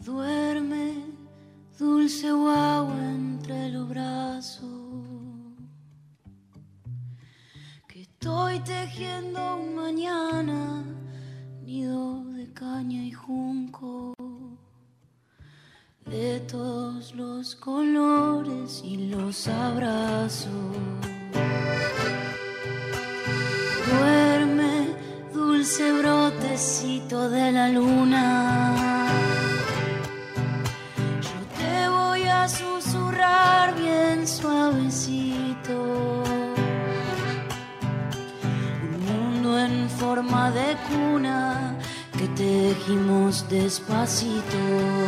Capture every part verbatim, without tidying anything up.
Duerme, dulce guagua entre los brazos, que estoy tejiendo un mañana, nido de caña y junco, de todos los colores y los abrazos. Duerme, dulce brotecito de la luna, yo te voy a susurrar bien suavecito, un mundo en forma de cuna que tejimos despacito.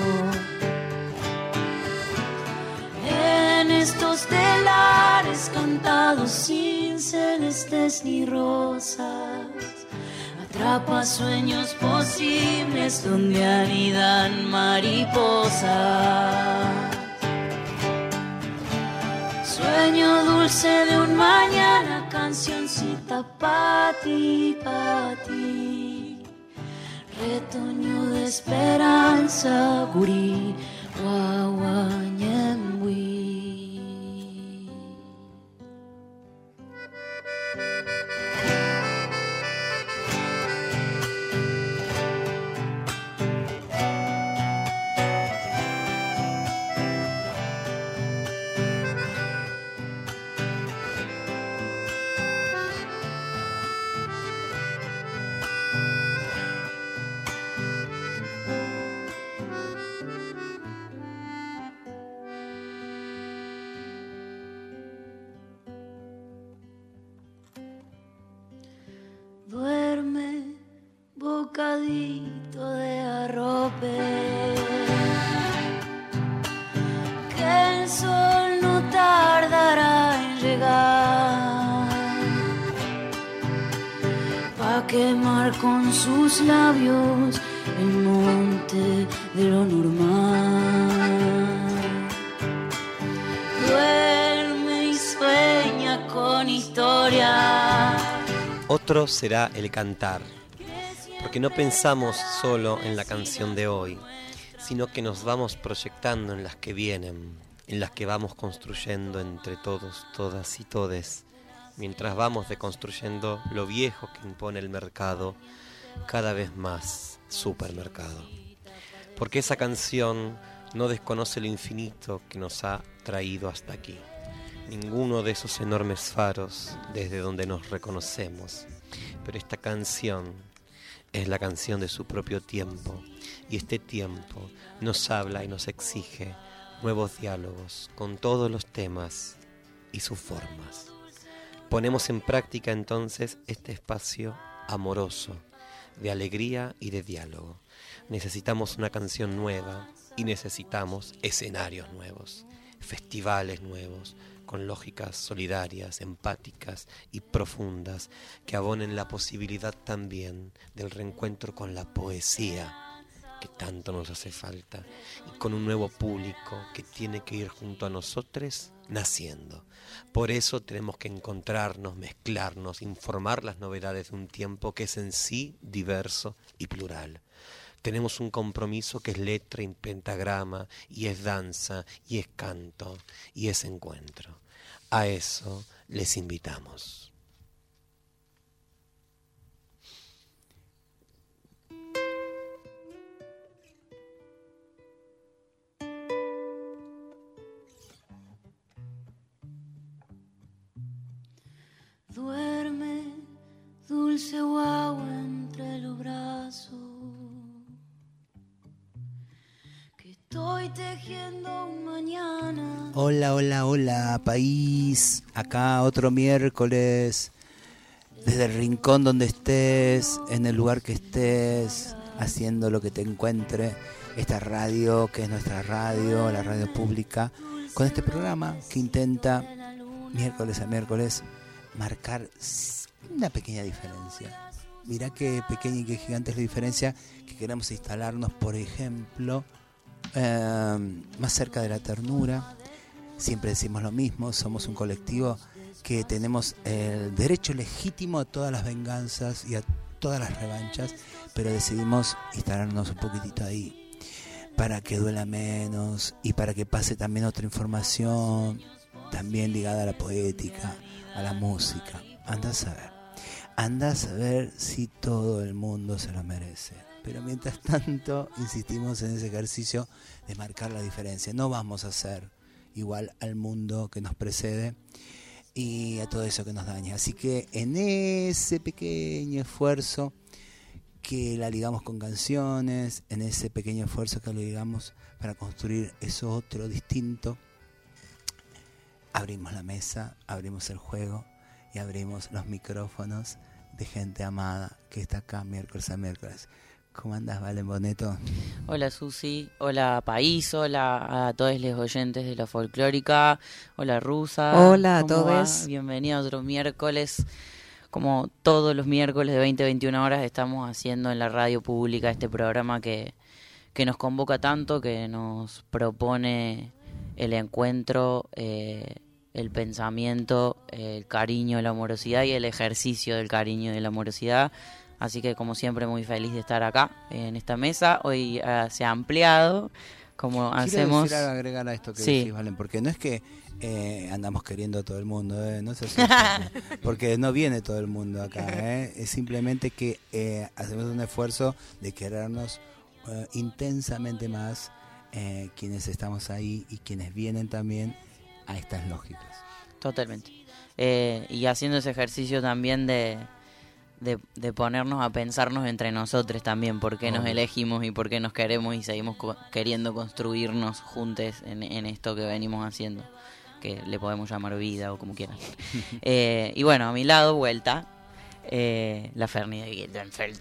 En estos telares cantados sin celestes ni rosas, atrapa sueños posibles donde anidan mariposas. Sueño dulce de un mañana, cancioncita pa' ti, pa' ti. Retoño de esperanza, gurí, guaguañembuí. Duerme, bocadito de arrope, que el sol no tardará en llegar, pa' quemar con sus labios el monte de lo normal. Duerme y sueña con historia. Otro será el cantar, porque no pensamos solo en la canción de hoy, sino que nos vamos proyectando en las que vienen, en las que vamos construyendo entre todos, todas y todes, mientras vamos deconstruyendo lo viejo que impone el mercado, cada vez más supermercado. Porque esa canción no desconoce lo infinito que nos ha traído hasta aquí. Ninguno de esos enormes faros desde donde nos reconocemos, pero esta canción es la canción de su propio tiempo, y este tiempo nos habla y nos exige nuevos diálogos con todos los temas y sus formas. Ponemos en práctica entonces este espacio amoroso, de alegría y de diálogo. Necesitamos una canción nueva y necesitamos escenarios nuevos, festivales nuevos, con lógicas solidarias, empáticas y profundas, que abonen la posibilidad también del reencuentro con la poesía, que tanto nos hace falta, y con un nuevo público que tiene que ir junto a nosotros naciendo. Por eso tenemos que encontrarnos, mezclarnos, informar las novedades de un tiempo que es en sí diverso y plural. Tenemos un compromiso que es letra y pentagrama, y es danza, y es canto, y es encuentro. A eso les invitamos. Duerme, dulce guagua entre los brazos, que estoy tejiendo un mañana. Hola, hola, hola, país. Acá otro miércoles, desde el rincón donde estés, en el lugar que estés, haciendo lo que te encuentre. Esta radio, que es nuestra radio, la radio pública, con este programa que intenta, miércoles a miércoles, marcar una pequeña diferencia. Mirá qué pequeña y qué gigante es la diferencia, que queremos instalarnos, por ejemplo, eh, más cerca de la ternura. Siempre decimos lo mismo, somos un colectivo que tenemos el derecho legítimo a todas las venganzas y a todas las revanchas, pero decidimos instalarnos un poquitito ahí. para que duela menos y para que pase también otra información, también ligada a la poética, a la música. Anda a saber, anda a saber si todo el mundo se lo merece. Pero mientras tanto, insistimos en ese ejercicio de marcar la diferencia. No vamos a ser igual al mundo que nos precede y a todo eso que nos daña. Así que en ese pequeño esfuerzo que la ligamos con canciones, en ese pequeño esfuerzo que lo ligamos para construir eso otro distinto, abrimos la mesa, abrimos el juego y abrimos los micrófonos de gente amada que está acá miércoles a miércoles. ¿Cómo andás, Valen Boneto? Hola, Susi. Hola, País. Hola a todos los oyentes de la folclórica. Hola, Rusa. Hola a todos. Bienvenidos a otro miércoles. Como todos los miércoles de veinte a veintiuna horas estamos haciendo en la radio pública este programa que, que nos convoca tanto, que nos propone el encuentro, eh, el pensamiento, el cariño, la amorosidad y el ejercicio del cariño y de la amorosidad. Así que, como siempre, muy feliz de estar acá en esta mesa. Hoy uh, se ha ampliado, como Quiero hacemos... Quiero agregar a esto que sí. decís, Valen, porque no es que eh, andamos queriendo a todo el mundo, eh, no es así, porque no viene todo el mundo acá, eh, es simplemente que eh, hacemos un esfuerzo de querernos eh, intensamente más eh, quienes estamos ahí y quienes vienen también a estas lógicas. Totalmente. Eh, y haciendo ese ejercicio también de... De, de ponernos a pensarnos entre nosotros también, por qué nos oh. elegimos y por qué nos queremos y seguimos co- queriendo construirnos juntos en, en esto que venimos haciendo, que le podemos llamar vida o como quieran. eh, y bueno, a mi lado, vuelta, eh, la Ferni de Guildenfeld.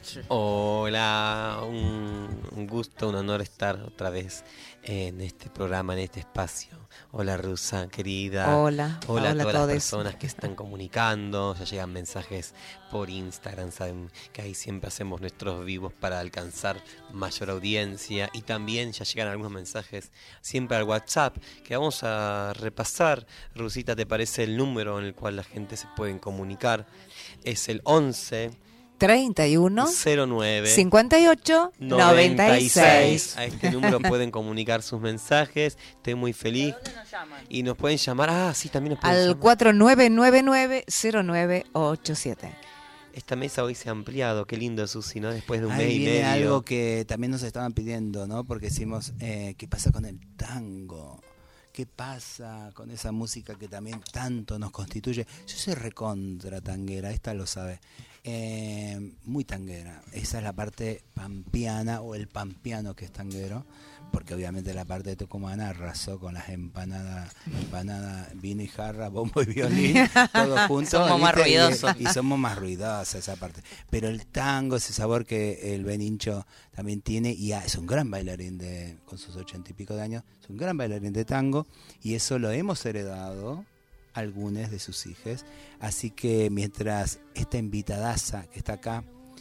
Hola, un, un gusto, un honor estar otra vez en este programa, en este espacio. Hola, Rusa, querida. Hola. Hola, hola a todas a las personas que están comunicando. Ya llegan mensajes por Instagram, saben que ahí siempre hacemos nuestros vivos para alcanzar mayor audiencia. Y también ya llegan algunos mensajes siempre al WhatsApp, que vamos a repasar. Rusita, ¿te parece el número en el cual la gente se puede comunicar? Es el once... treinta y uno cero nueve cincuenta y ocho noventa y seis. A este número pueden comunicar sus mensajes. Estoy muy feliz. ¿De dónde nos llaman? Y nos pueden llamar. Ah, sí, también nos pueden Al llamar. cuatro nueve nueve nueve cero nueve ocho siete. Esta mesa hoy se ha ampliado. Qué lindo, Susi, ¿no? Después de un Ahí mes y viene medio. algo que también nos estaban pidiendo, ¿no? Porque decimos, eh, ¿qué pasa con el tango? ¿Qué pasa con esa música que también tanto nos constituye? Yo soy recontra tanguera, esta lo sabe. Eh, muy tanguera. Esa es la parte pampeana o el pampeano que es tanguero, porque obviamente la parte de tucumana arrasó con las empanadas, empanada, vino y jarra, bombo y violín, todos juntos. Somos más ¿viste? ruidosos. Y, y somos más ruidosos esa parte. Pero el tango, ese sabor que el Benincho también tiene, y ah, es un gran bailarín de, con sus ochenta y pico de años, es un gran bailarín de tango, y eso lo hemos heredado algunos de sus hijos. Así que mientras esta invitadaza que está acá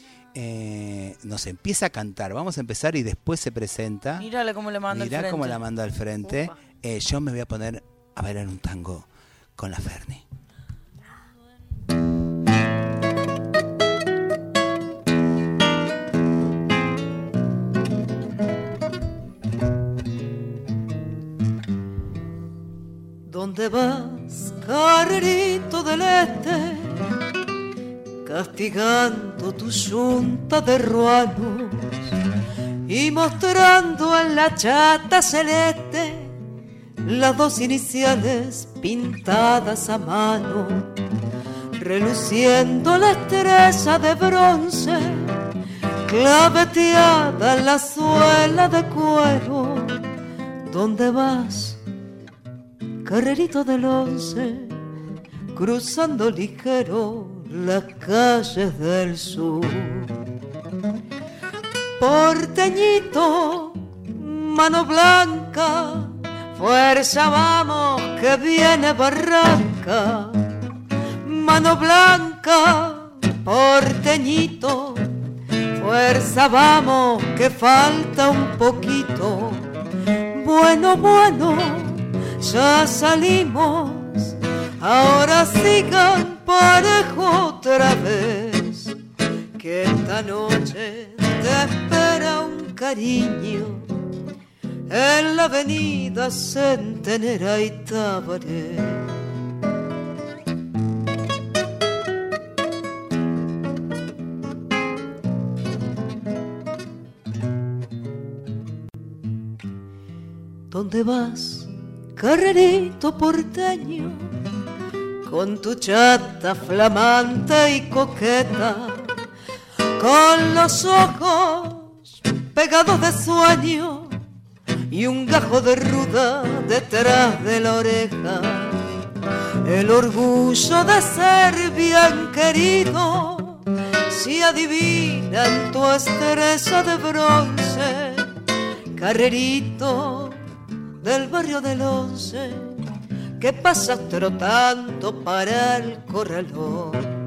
eh, nos empieza a cantar, vamos a empezar y después se presenta. Mírale cómo le manda al Mirá frente. cómo la manda al frente. Eh, yo me voy a poner a bailar un tango con la Ferni. ¿Dónde vas, carrerito del este, castigando tu yunta de ruanos y mostrando en la chata celeste las dos iniciales pintadas a mano, reluciendo la estrella de bronce, claveteada en la suela de cuero? ¿Dónde vas, carrerito del once, cruzando ligero las calles del sur? Porteñito, mano blanca, fuerza vamos que viene barranca. Mano blanca, porteñito, fuerza vamos que falta un poquito. Bueno, bueno, ya salimos, ahora sigan parejo otra vez, que esta noche te espera un cariño en la avenida Centenera y Tabaré. ¿Dónde vas, carrerito porteño? Con tu chata flamante y coqueta, con los ojos pegados de sueño y un gajo de ruda detrás de la oreja. El orgullo de ser bien querido se adivina en tu estrella de bronce, carrerito del barrio del Once, que pasas trotando para el corralón.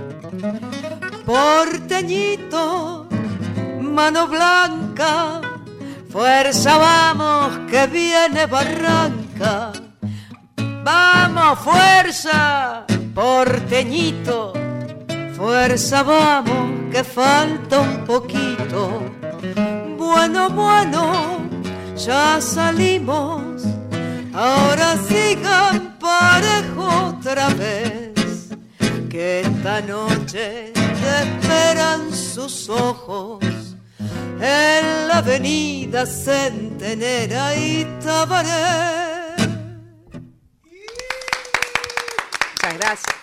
Porteñito, mano blanca, fuerza vamos que viene barranca. Vamos, fuerza, porteñito, fuerza vamos que falta un poquito. Bueno, bueno, ya salimos, ahora sigan parejo otra vez, que esta noche te esperan sus ojos en la avenida Centenera y Tabaré. Muchas gracias.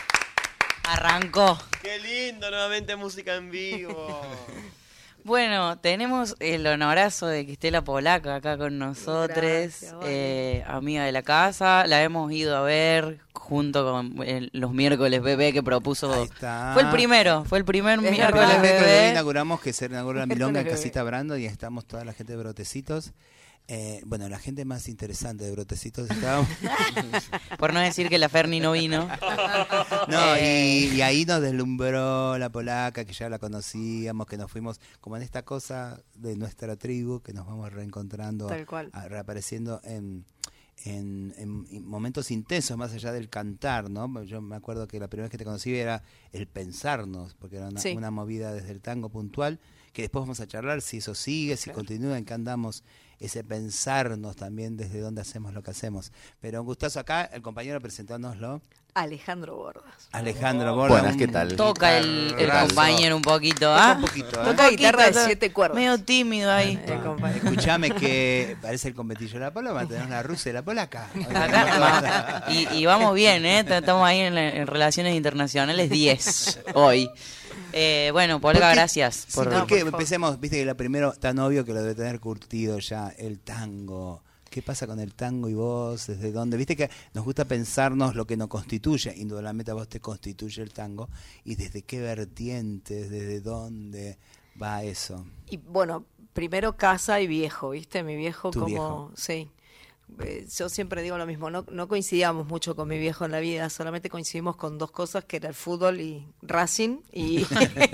Arrancó. Qué lindo, nuevamente música en vivo. Bueno, tenemos el honorazo de que esté la polaca acá con nosotros, Gracias, vale. eh, amiga de la casa. La hemos ido a ver junto con el- los miércoles bebé que propuso. Ahí está. Fue el primero, fue el primer Es miércoles verdad. El miércoles bebé. inauguramos que se inauguró la milonga en Bebé. Casita Brando y estamos toda la gente de Brotecitos. Eh, bueno, la gente más interesante de Brotecitos estábamos. Por no decir que la Ferni no vino. No, Eh, y, y ahí nos deslumbró la polaca, que ya la conocíamos, que nos fuimos como en esta cosa de nuestra tribu, que nos vamos reencontrando, Tal cual. a- reapareciendo en, en, en momentos intensos, más allá del cantar, ¿no? Yo me acuerdo que la primera vez que te conocí era el pensarnos, porque era una, Sí. una movida desde el tango puntual, que después vamos a charlar si eso sigue, si continúa, en qué andamos, ese pensarnos también desde dónde hacemos lo que hacemos. Pero un gustazo acá, el compañero presentándonoslo. Alejandro Bordas. Alejandro Borda. Buenas, un ¿qué tal? toca el, el guitarrazo. compañero un poquito, Toca ¿ah? un poquito, ¿eh? Toca Un guitarra de poquito, siete cuerdas. Medio tímido ahí. Eh, compañero. Escuchame que parece el competillo de la paloma, tenemos la rusa y la polaca. Acá, y, y vamos bien, ¿eh? Estamos ahí en, en Relaciones Internacionales diez hoy. Eh, bueno, Polga, ¿Por qué? gracias. Sí, Por, ¿por No, qué? por favor. Empecemos, viste que lo primero, tan obvio que lo debe tener curtido ya, el tango. ¿Qué pasa con el tango y vos? ¿Desde dónde? Viste que nos gusta pensarnos lo que nos constituye, indudablemente a vos te constituye el tango, y desde qué vertientes, desde dónde va eso. Y bueno, primero casa y viejo, ¿viste? Mi viejo ¿Tu como... viejo? Sí. Eh, Yo siempre digo lo mismo, no, no coincidíamos mucho con mi viejo en la vida, solamente coincidimos con dos cosas, que era el fútbol y Racing y,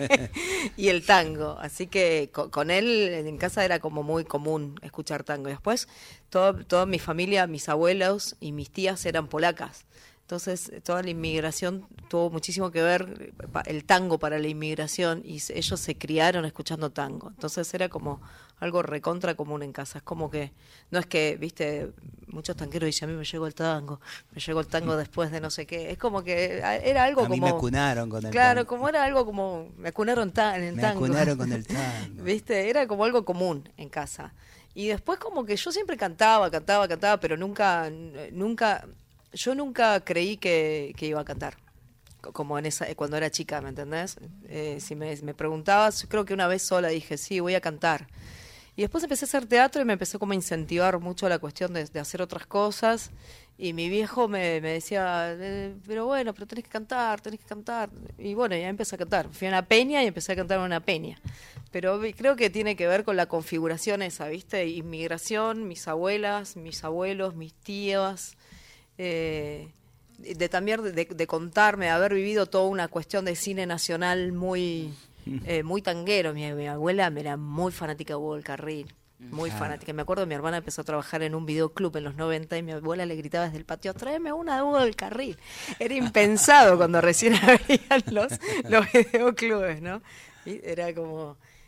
y el tango. Así que co- con él en casa era como muy común escuchar tango. Y después todo, toda mi familia, mis abuelos y mis tías eran polacas. Entonces, toda la inmigración tuvo muchísimo que ver, eh, pa- el tango para la inmigración, y se- ellos se criaron escuchando tango. Entonces, era como algo recontra común en casa. Es como que, no es que, viste, muchos tanqueros dicen, a mí me llegó el tango, me llegó el tango después de no sé qué. Es como que a- era algo A mí como... me cunaron con el Claro, tango. como era algo como, me acunaron ta- en el Me tango. acunaron con el tango. ¿Viste? Era como algo común en casa. Y después como que yo siempre cantaba, cantaba, cantaba, pero nunca, nunca, yo nunca creí que, que iba a cantar. Co- Como en esa, cuando era chica, ¿me entendés? Eh, si me, me preguntabas, yo creo que una vez sola dije, sí, voy a cantar. Y después empecé a hacer teatro y me empezó como a incentivar mucho la cuestión de, de hacer otras cosas. Y mi viejo me, me decía, eh, pero bueno, pero tenés que cantar, tenés que cantar. Y bueno, ya empecé a cantar. Fui a una peña y empecé a cantar en una peña. Pero vi- creo que tiene que ver con la configuración esa, ¿viste? Inmigración, mis abuelas, mis abuelos, mis tías. Eh, de también de, de contarme, de haber vivido toda una cuestión de cine nacional muy... Eh, muy tanguero. Mi, mi abuela era muy fanática de Hugo del Carril, muy Claro. fanática. Me acuerdo, mi hermana empezó a trabajar en un videoclub en los noventa y mi abuela le gritaba desde el patio, tráeme una de Hugo del Carril. Era impensado cuando recién abrían los, los videoclubes, ¿no? Y era como...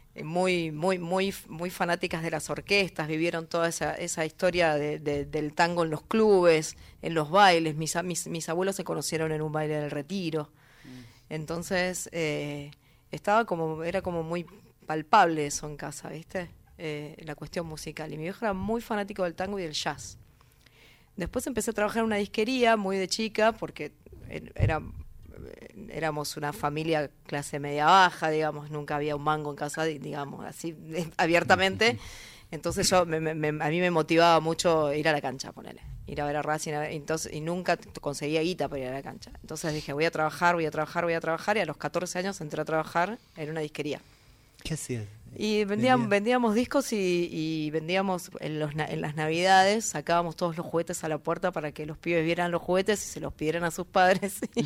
muy, muy, muy, muy fanáticas de las orquestas, vivieron toda esa, esa historia de, de, del tango en los clubes, en los bailes. Mis, mis, mis abuelos se conocieron en un baile del Retiro. Entonces, eh, estaba como, era como muy palpable eso en casa, ¿viste? Eh, la cuestión musical. Y mi viejo era muy fanático del tango y del jazz. Después empecé a trabajar en una disquería muy de chica, porque era, éramos una familia clase media baja, digamos, nunca había un mango en casa, digamos, así abiertamente. Entonces yo me, me, a mí me motivaba mucho ir a la cancha, ponele, ir a ver a Racing, a ver, entonces, y nunca conseguía guita para ir a la cancha. Entonces dije, voy a trabajar, voy a trabajar, voy a trabajar, y a los catorce años entré a trabajar en una disquería. ¿Qué hacías? Y vendíamos, vendíamos discos y, y vendíamos en, los, en las navidades, sacábamos todos los juguetes a la puerta para que los pibes vieran los juguetes y se los pidieran a sus padres y,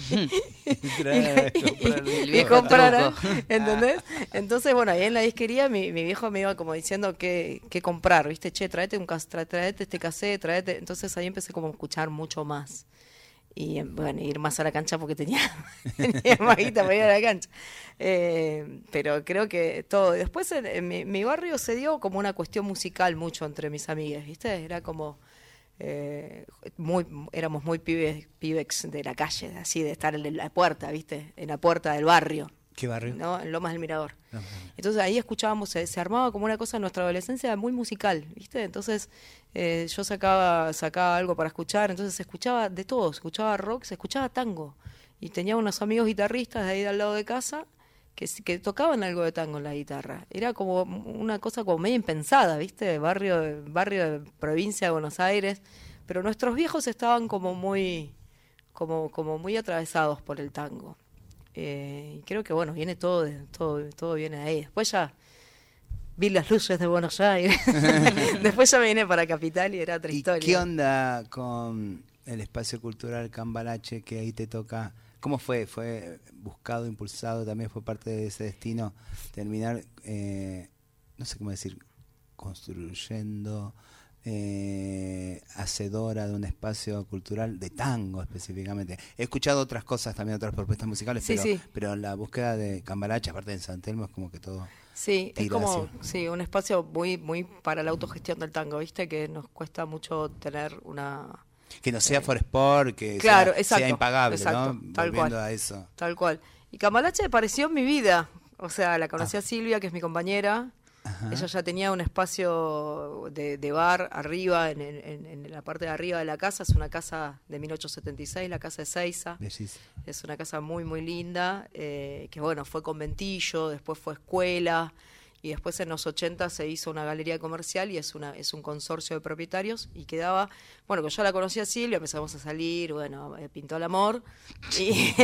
y, y, y compraran, ¿entendés? Entonces, bueno, ahí en la disquería mi, mi viejo me iba como diciendo qué, qué comprar, ¿viste? Che, tráete, un, tra, tráete este cassette, tráete. Entonces ahí empecé como a escuchar mucho más. Y bueno, ir más a la cancha porque tenía, tenía más guita para ir a la cancha. Eh, pero creo que todo. Después en, en mi, mi barrio se dio como una cuestión musical mucho entre mis amigas, ¿viste? Era como, eh, muy éramos muy pibes, pibex de la calle, así de estar en la puerta, ¿viste? En la puerta del barrio. ¿Qué barrio? ¿No? En Lomas del Mirador. No, no. Entonces ahí escuchábamos, se, se armaba como una cosa en nuestra adolescencia muy musical, ¿viste? Entonces eh, yo sacaba sacaba algo para escuchar, entonces se escuchaba de todo, se escuchaba rock, se escuchaba tango. Y tenía unos amigos guitarristas de ahí de al lado de casa que, que tocaban algo de tango en la guitarra. Era como una cosa como medio impensada, ¿viste? Barrio, barrio de provincia de Buenos Aires. Pero nuestros viejos estaban como muy, como, como muy atravesados por el tango. Eh, y creo que bueno, viene todo, de, todo, todo viene de ahí. Después ya vi las luces de Buenos Aires. Después ya me vine para Capital y era otra ¿Y historia. qué onda con el espacio cultural Cambalache que ahí te toca? ¿Cómo fue? ¿Fue buscado, impulsado? ¿También fue parte de ese destino? Terminar, eh, no sé cómo decir, construyendo, eh, hacedora de un espacio cultural de tango específicamente. He escuchado otras cosas también, otras propuestas musicales, Sí, pero, sí. pero la búsqueda de Cambalache, aparte de San Telmo, es como que todo... Sí, es tira como hacia- sí, un espacio muy muy para la autogestión del tango, ¿viste? Que nos cuesta mucho tener una... Que no sea for sport, que Claro, sea, exacto, sea impagable, exacto, ¿no? tal Volviendo cual. a eso. Tal cual. Y Cambalache apareció en mi vida. O sea, la conocí Ah. a Silvia, que es mi compañera. Ajá. Ella ya tenía un espacio de, de bar arriba, en, en, en la parte de arriba de la casa. Es una casa de mil ochocientos setenta y seis, la casa de Seiza. Bellísimo. Es una casa muy, muy linda, eh, que bueno, fue conventillo, después fue escuela, y después en los ochenta se hizo una galería comercial y es una es un consorcio de propietarios, y quedaba, bueno, que yo la conocí a Silvia, empezamos a salir, bueno, eh, pintó el amor, y,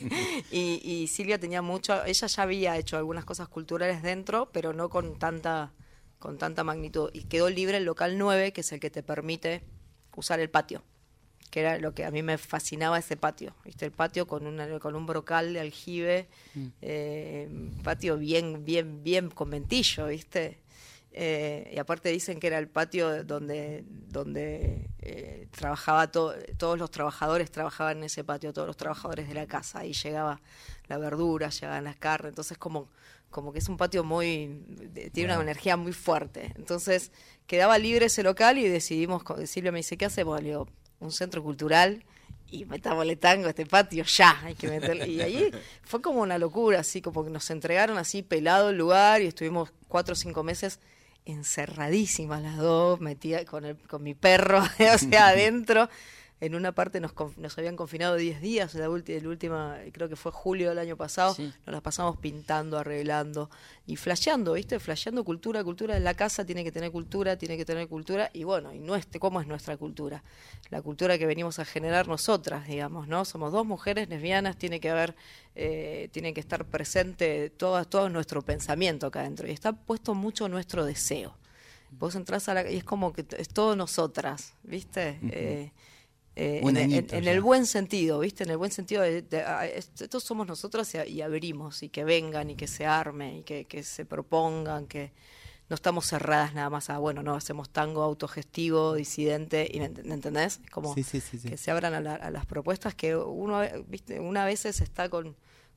y, y Silvia tenía mucho, ella ya había hecho algunas cosas culturales dentro, pero no con tanta, con tanta magnitud, y quedó libre el local nueve, que es el que te permite usar el patio, que era lo que a mí me fascinaba, ese patio, ¿viste? El patio con una, con un brocal de aljibe, mm. eh, patio bien, bien, bien conventillo, ¿viste? Eh, y aparte dicen que era el patio donde, donde eh, trabajaba to, todos los trabajadores trabajaban en ese patio, todos los trabajadores de la casa, ahí llegaba la verdura, llegaban las carnes, entonces como, como que es un patio muy, tiene wow. una energía muy fuerte, entonces quedaba libre ese local y decidimos, Silvia me dice, ¿qué hacemos? Le digo, un centro cultural y metámosle tango a este patio ya, hay que meterle. Y ahí fue como una locura, así como que nos entregaron así pelado el lugar y estuvimos cuatro o cinco meses encerradísimas las dos, metida con el, con mi perro, o sea, adentro. En una parte nos, nos habían confinado diez días, la última, el última, creo que fue julio del año pasado, sí. Nos las pasamos pintando, arreglando y flasheando, ¿viste? Flasheando cultura, cultura en la casa tiene que tener cultura, tiene que tener cultura, y bueno, y nuestra, ¿cómo es nuestra cultura? La cultura que venimos a generar nosotras, digamos, ¿no? Somos dos mujeres lesbianas, tiene que haber, eh, tiene que estar presente todo, todo nuestro pensamiento acá adentro, y está puesto mucho nuestro deseo. Vos entrás a la, y es como que es todo nosotras, ¿viste? Uh-huh. eh, Eh, en, en, en el buen sentido, ¿viste? En el buen sentido de, de, de estos somos nosotras y, y abrimos, y que vengan y que se arme y que, que se propongan, que no estamos cerradas nada más a, bueno, no, hacemos tango autogestivo, disidente, y ¿me entendés? Como sí, sí, sí, sí. que se abran a, la, a las propuestas que uno, ¿viste? Una vez está con,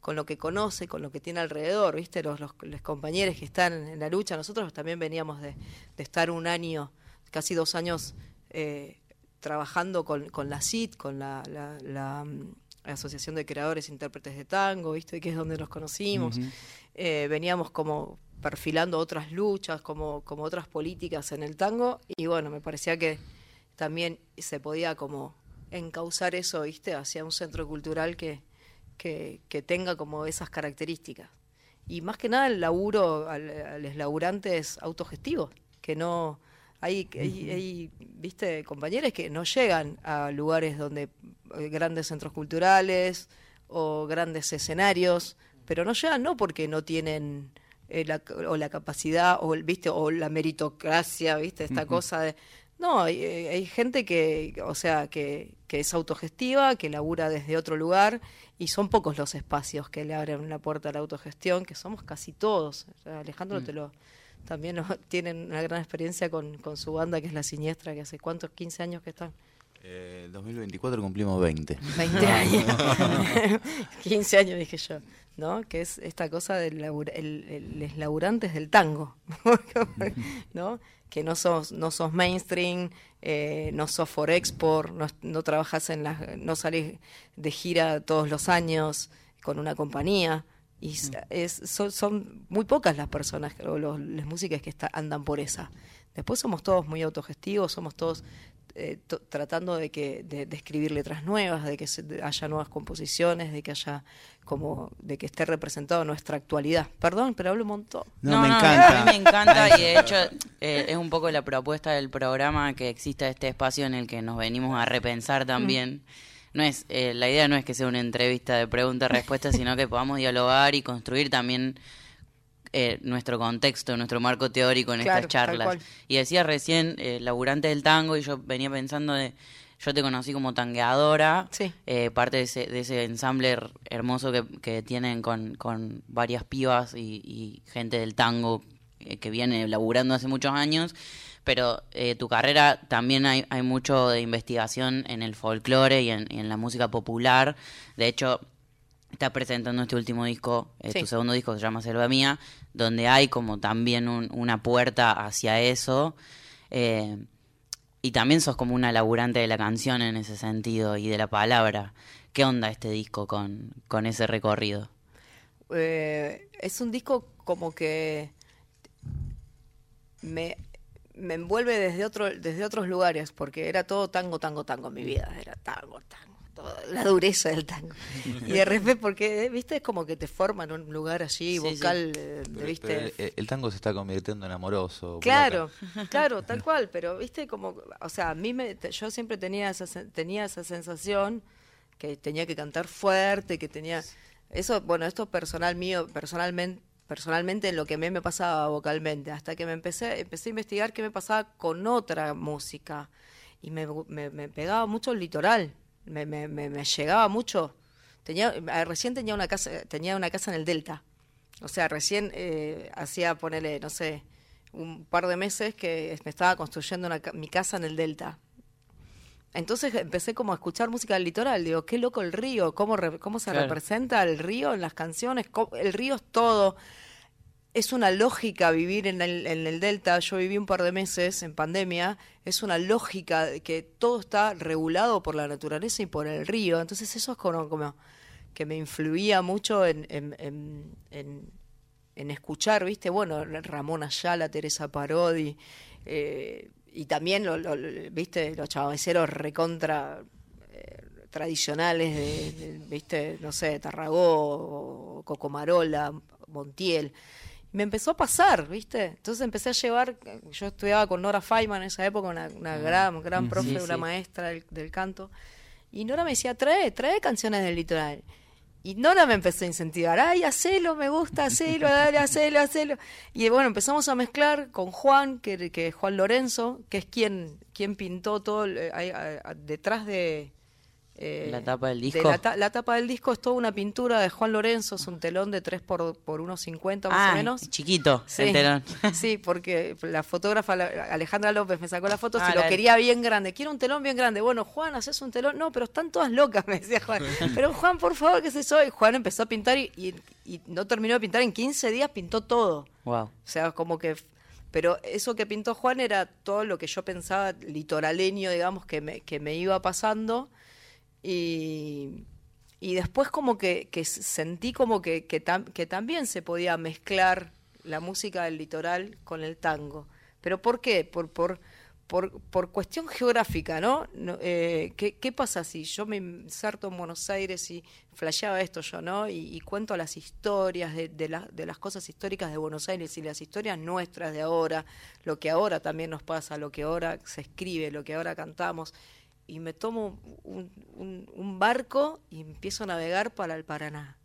con lo que conoce, con lo que tiene alrededor, ¿viste? Los, los, los compañeros que están en la lucha, nosotros también veníamos de, de estar un año, casi dos años, eh, trabajando con, con la C I T, con la, la, la, la Asociación de Creadores e Intérpretes de Tango, ¿viste? Que es donde nos conocimos. Uh-huh. Eh, veníamos como perfilando otras luchas, como, como otras políticas en el tango, y bueno, me parecía que también se podía como encauzar eso, ¿viste? Hacia un centro cultural que, que, que tenga como esas características. Y más que nada el laburo a los laburantes autogestivos, que no... Hay, hay, hay, viste, compañeros que no llegan a lugares donde grandes centros culturales o grandes escenarios, pero no llegan no porque no tienen eh, la, o la capacidad o viste o la meritocracia, viste, esta uh-huh. cosa de no, hay, hay gente que, o sea, que, que es autogestiva, que labura desde otro lugar y son pocos los espacios que le abren la puerta a la autogestión, que somos casi todos. O sea, Alejandro uh-huh. te lo también no, tienen una gran experiencia con, con su banda, que es La Siniestra, que hace ¿cuántos? quince años que están. Eh, dos mil veinticuatro cumplimos veinte. veinte años. quince años dije yo, ¿no? Que es esta cosa de labura, el, el, los laburantes del tango, ¿no? Que no sos, no sos mainstream, eh, no sos for export, no, no trabajas en las, no salís de gira todos los años con una compañía. Y es, son, son muy pocas las personas o los, las músicas que está, andan por esa. Después somos todos muy autogestivos, somos todos eh, to, tratando de que de, de escribir letras nuevas, de que se, de, haya nuevas composiciones, de que haya como de que esté representado nuestra actualidad. Perdón, pero hablo un montón. No, no me no, encanta. A mí me encanta y de hecho eh, es un poco la propuesta del programa que exista este espacio en el que nos venimos a repensar también. Mm. No es eh, la idea no es que sea una entrevista de preguntas y respuestas, sino que podamos dialogar y construir también eh, nuestro contexto, nuestro marco teórico en claro, estas charlas. Y decía recién, eh, laburante del tango, y yo venía pensando de, yo te conocí como tangueadora, sí. eh, parte de ese, de ese ensamble hermoso que, que tienen con, con varias pibas y, y gente del tango eh, que viene laburando hace muchos años. Pero eh, tu carrera también hay, hay mucho de investigación en el folclore y en, y en la música popular. De hecho, estás presentando este último disco, eh, sí. tu segundo disco se llama Selva Mía, donde hay como también un, una puerta hacia eso. Eh, y también sos como una laburante de la canción en ese sentido y de la palabra. ¿Qué onda este disco con, con ese recorrido? Eh, es un disco como que me... me envuelve desde otro desde otros lugares, porque era todo tango, tango, tango en mi vida, era tango, tango, toda la dureza del tango. Y de repente, porque, viste, es como que te forman un lugar allí, sí, vocal, sí. Eh, pero, viste. Pero el, el tango se está convirtiendo en amoroso. Claro, claro, tal cual, pero, viste, como, o sea, a mí me, yo siempre tenía esa, tenía esa sensación que tenía que cantar fuerte, que tenía, eso, bueno, esto personal mío, personalmente, personalmente en lo que a mí me pasaba vocalmente, hasta que me empecé empecé a investigar qué me pasaba con otra música y me, me, me pegaba mucho el litoral, me, me, me, me llegaba mucho. Tenía recién tenía una casa tenía una casa en el Delta, o sea, recién eh, hacía ponerle, no sé, un par de meses que me estaba construyendo una, mi casa en el Delta. Entonces empecé como a escuchar música del litoral, digo, qué loco el río, cómo, re, cómo se claro. representa el río en las canciones, el río es todo, es una lógica vivir en el, en el Delta, yo viví un par de meses en pandemia, es una lógica de que todo está regulado por la naturaleza y por el río, entonces eso es como, como que me influía mucho en, en, en, en, en escuchar, ¿viste? Bueno, Ramón Ayala, Teresa Parodi, eh, y también, lo, lo, viste, los chabanceros recontra eh, tradicionales de, de, viste, no sé, Tarragó, Cocomarola, Montiel. Me empezó a pasar, viste. Entonces empecé a llevar, yo estudiaba con Nora Feynman en esa época, una, una gran, gran profe, sí, una sí. maestra del, del canto. Y Nora me decía, trae, trae canciones del litoral. Y Nora me empezó a incentivar, ay, hacelo, me gusta, hacelo, dale, hacelo, hacelo. Y bueno, empezamos a mezclar con Juan, que, que es Juan Lorenzo, que es quien, quien pintó todo, eh, hay, hay, detrás de, Eh, ¿La tapa del de disco? La, ta- la tapa del disco es toda una pintura de Juan Lorenzo, es un telón de tres por, por uno cincuenta más Ah, o menos. chiquito, Sí, el telón. sí, porque la fotógrafa la- Alejandra López me sacó la foto, Ah, si la- lo quería bien grande, quiero un telón bien grande. Bueno, Juan, haces un telón. No, pero están todas locas, me decía Juan. Pero Juan, por favor, ¿qué es eso? Y Juan empezó a pintar y, y, y no terminó de pintar, en quince días pintó todo. Wow. O sea, como que... Pero eso que pintó Juan era todo lo que yo pensaba litoraleño, digamos, que me, que me iba pasando. Y, y después como que, que sentí como que, que, tam, que también se podía mezclar la música del litoral con el tango. ¿Pero por qué? Por, por, por, por cuestión geográfica, ¿no? no eh, ¿qué, ¿Qué pasa si yo me inserto en Buenos Aires y flasheaba esto yo, ¿no? Y, y cuento las historias de, de, la, de las cosas históricas de Buenos Aires y las historias nuestras de ahora, lo que ahora también nos pasa, lo que ahora se escribe, lo que ahora cantamos. Y me tomo un, un, un barco y empiezo a navegar para el Paraná.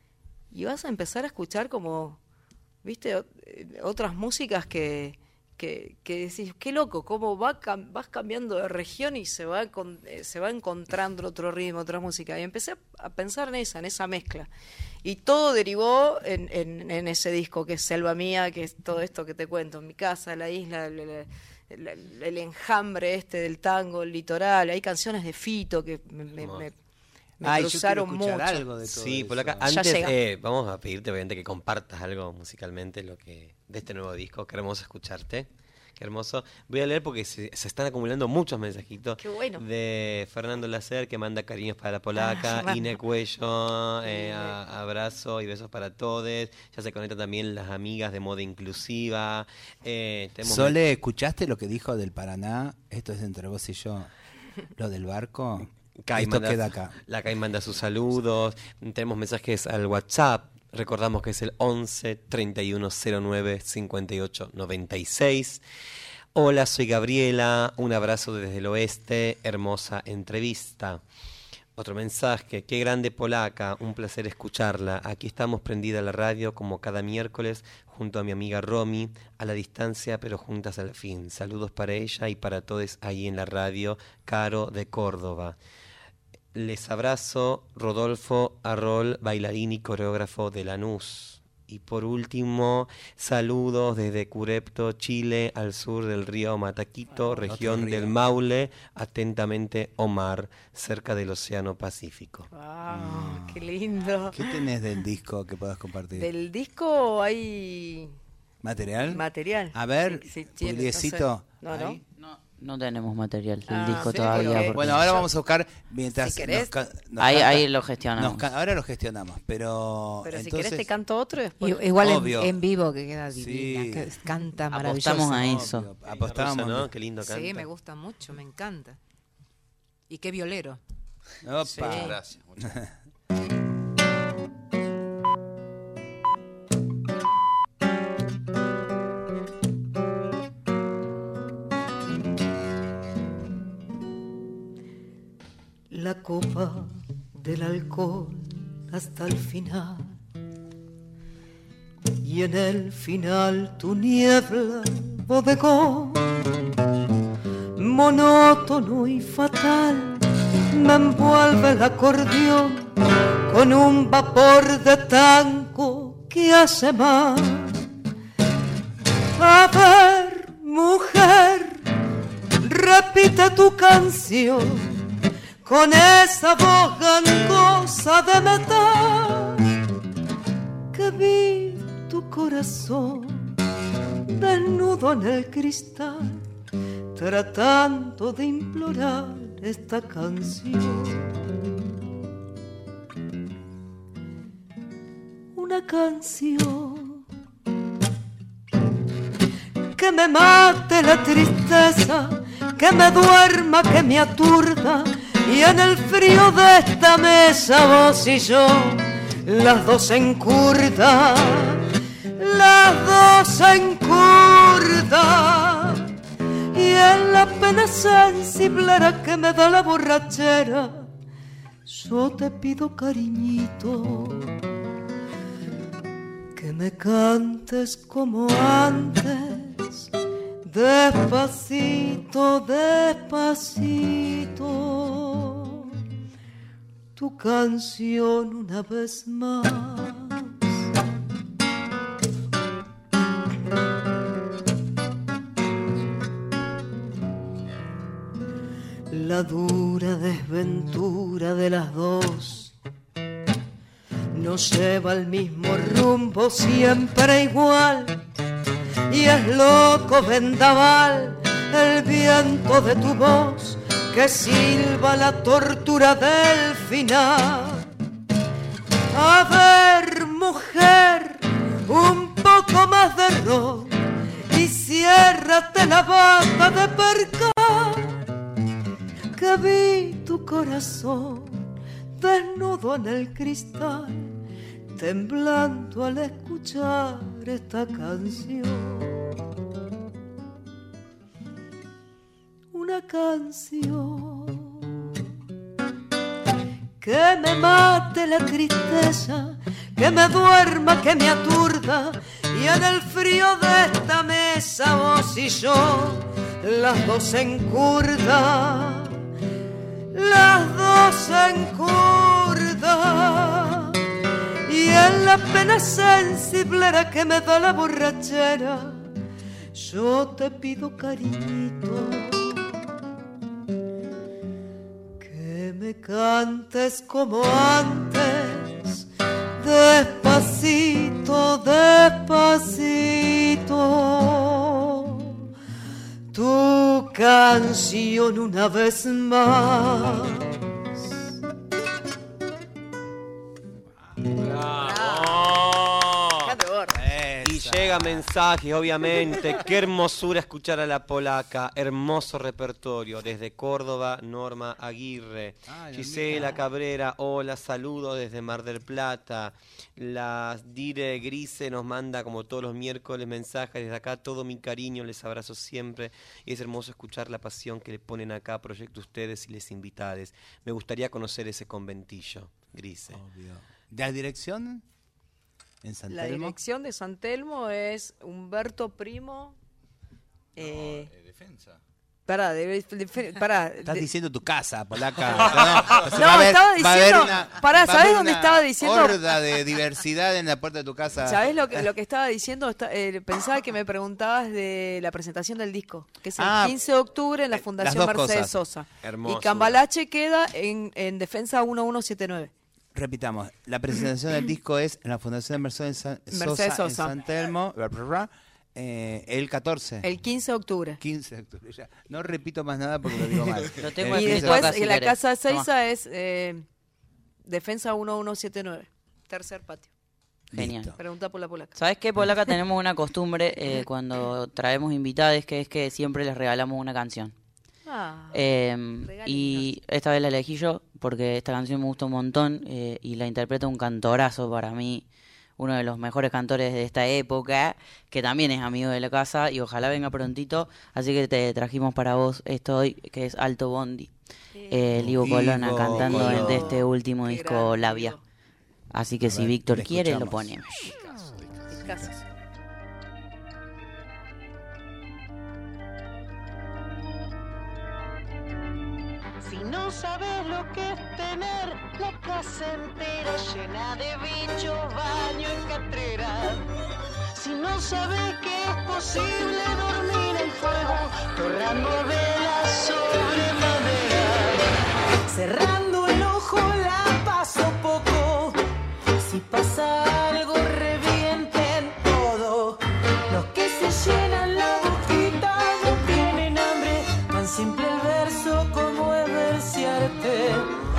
Y vas a empezar a escuchar como, viste, o, eh, otras músicas que, que, que decís, qué loco, cómo va cam vas cambiando de región y se va, con, eh, se va encontrando otro ritmo, otra música. Y empecé a pensar en esa, en esa mezcla. Y todo derivó en, en, en ese disco, que es Selva Mía, que es todo esto que te cuento, mi casa, la isla, la, la, El, el enjambre este del tango, el litoral. Hay canciones de Fito que me, me, me, me Ay, cruzaron yo quiero escuchar mucho. algo de todo Sí, eso. por acá. Ya Antes, llega. eh, vamos a pedirte obviamente que compartas algo musicalmente lo que de este nuevo disco. Qué hermoso escucharte. Qué hermoso. Voy a leer porque se, se están acumulando muchos mensajitos. Qué bueno. De Fernando Lacer, que manda cariños para la polaca. Ah, Ine Cuello, eh, a- abrazo y besos para todos. Ya se conectan también las amigas de Moda Inclusiva. Eh, tenemos- Sole, ¿escuchaste lo que dijo del Paraná? Esto es entre vos y yo. Lo del barco. Kai Esto manda- queda acá. La Kai manda sus saludos. Tenemos mensajes al WhatsApp. Recordamos que es el once, treinta y uno, cero nueve, cincuenta y ocho, noventa y seis. Hola, soy Gabriela. Un abrazo desde el oeste. Hermosa entrevista. Otro mensaje. Qué grande polaca. Un placer escucharla. Aquí estamos prendida a la radio como cada miércoles junto a mi amiga Romy. A la distancia pero juntas al fin. Saludos para ella y para todos ahí en la radio. Caro de Córdoba. Les abrazo, Rodolfo Arrol, bailarín y coreógrafo de Lanús. Y por último, saludos desde Curepto, Chile, al sur del río Mataquito, región río. del Maule. Atentamente, Omar, cerca del Océano Pacífico. Ah, qué lindo. ¿Qué tenés del disco que puedas compartir? Del disco hay ¿Material? material. A ver, Sí, sí, tiene, Pugliesito. No, sé. No, ahí. no. No tenemos material del Ah, disco sí, todavía. porque- porque- Bueno, ahora vamos a buscar mientras Si querés. nos ca- nos ahí, canta- ahí lo gestionamos. nos ca- ahora lo gestionamos, pero, Pero si entonces, querés te canto otro y después. I- Igual en, Obvio. en vivo que queda Sí. divina, que canta maravilloso. Apostamos a obvio, eso. apostamos. Rosa, ¿no? Qué lindo canta. Sí, me gusta mucho, me encanta. Y qué violero. Opa. Sí. Muchas gracias. muchas gracias. La copa del alcohol hasta el final. Y en el final tu niebla, bodegón, monótono y fatal, me envuelve el acordeón con un vapor de tango que hace mal. A ver, mujer, repite tu canción con esa voz gangosa de metal, que vi tu corazón desnudo en el cristal, tratando de implorar esta canción. Una canción que me mate la tristeza, que me duerma, que me aturda, y en el frío de esta mesa vos y yo, las dos encurda, las dos encurda, y en la pena sensiblera que me da la borrachera, yo te pido, cariñito, que me cantes como antes, despacito, despacito, tu canción una vez más. La dura desventura de las dos nos lleva al mismo rumbo, siempre igual, y es loco vendaval el viento de tu voz que silba la tortura del final. A ver, mujer, un poco más de ron y ciérrate la bata de percal, que vi tu corazón desnudo en el cristal, temblando al escuchar esta canción. Una canción que me mate la tristeza, que me duerma, que me aturda, y en el frío de esta mesa vos y yo, las dos encurda, las dos encurda, y en la pena sensiblera que me da la borrachera, yo te pido cariñito, que me cantes como antes, despacito, despacito, tu canción una vez más. Y llega mensajes, obviamente. Qué hermosura escuchar a la polaca. Hermoso repertorio. Desde Córdoba, Norma Aguirre. Ay, Gisela Cabrera, hola, saludos desde Mar del Plata. La Dire Grise nos manda, como todos los miércoles, mensajes desde acá. Todo mi cariño, les abrazo siempre. Y es hermoso escuchar la pasión que le ponen acá a Proyecto ustedes y les invitades. Me gustaría conocer ese conventillo, Grise. Obvio. ¿De la dirección? ¿En San La Telmo? dirección de San Telmo es Humberto Primo. Eh, No, eh, defensa. Pará, de, de, de, pará, Estás de, diciendo tu casa, polaca. No, va a haber- estaba va a haber diciendo- una- pará, va a ¿sabés haber dónde una estaba diciendo? horda de diversidad en la puerta de tu casa. ¿Sabés lo que, lo que estaba diciendo? Está- eh, pensaba que me preguntabas de la presentación del disco, que es el Ah, quince de octubre en la Fundación dos Mercedes cosas. Sosa. Hermoso. Y Cambalache queda en, en Defensa mil ciento setenta y nueve. Repitamos, la presentación del disco es en la Fundación Mercedes Sa- Sosa, Mercedes Sosa. en San Telmo, bla, bla, bla, eh, el catorce. El quince de octubre. quince de octubre. Ya, no repito más nada porque lo digo mal. Lo tengo El Y escrito quince de después acá, si en la querés. Casa de Tomá. Seiza es eh, Defensa mil ciento setenta y nueve. Tercer patio. Genial. Listo. Pregunta por la polaca. ¿Sabes qué, Polaca? Tenemos una costumbre eh, cuando traemos invitados, que es que siempre les regalamos una canción. Ah, Eh, regalitos. y esta vez la elegí yo porque esta canción me gusta un montón eh, y la interpreta un cantorazo para mí, uno de los mejores cantores de esta época, que también es amigo de la casa y ojalá venga prontito, así que te trajimos para vos esto hoy, que es Alto Bondi, eh, Livo Livo Colona cantando Colona. de este último Qué disco grande, Labia. Livo. Así que A si ver, Víctor le quiere, lo escuchamos. ponemos. Discazo. Si no sabes lo que es tener la casa entera llena de bichos, baño y catrera. Si no sabes que es posible dormir en fuego, torrando velas sobre madera. Cerrando el ojo la paso poco. Si pasa algo revienten todo. Los que se llenan la boquita no tienen hambre. Tan simple el verso como es versearte.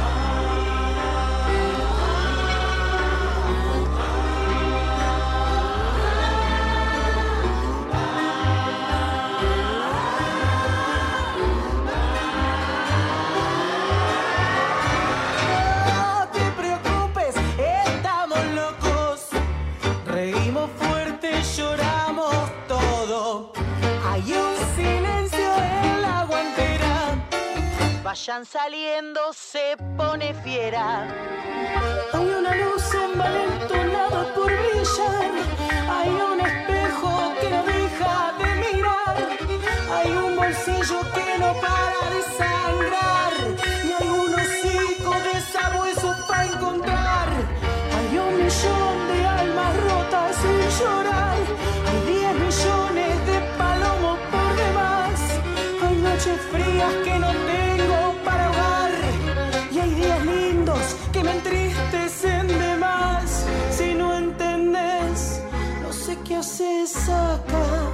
No te preocupes, estamos locos. Reímos fuerte, lloramos todo. Hay un silencio en la guantera. Vayan saliendo, se pone fiera. Hay una luz envalentonada por brillar. Hay un espejo que no deja de mirar. Hay un bolsillo que no para de sangrar. Y hay un hocico de sabueso haces acá.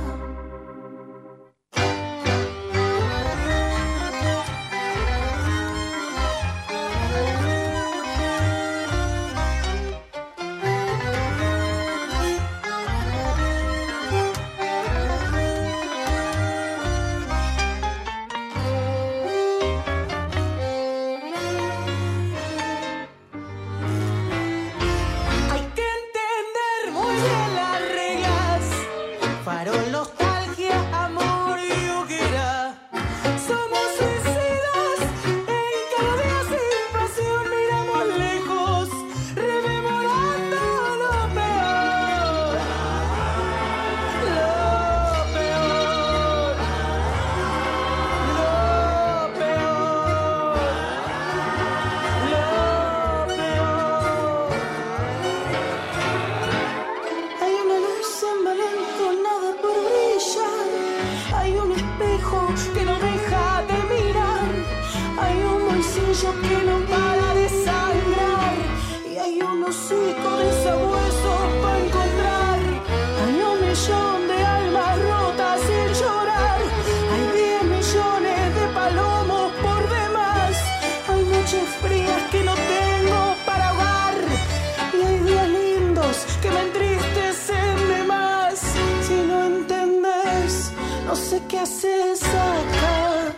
¿Qué haces acá?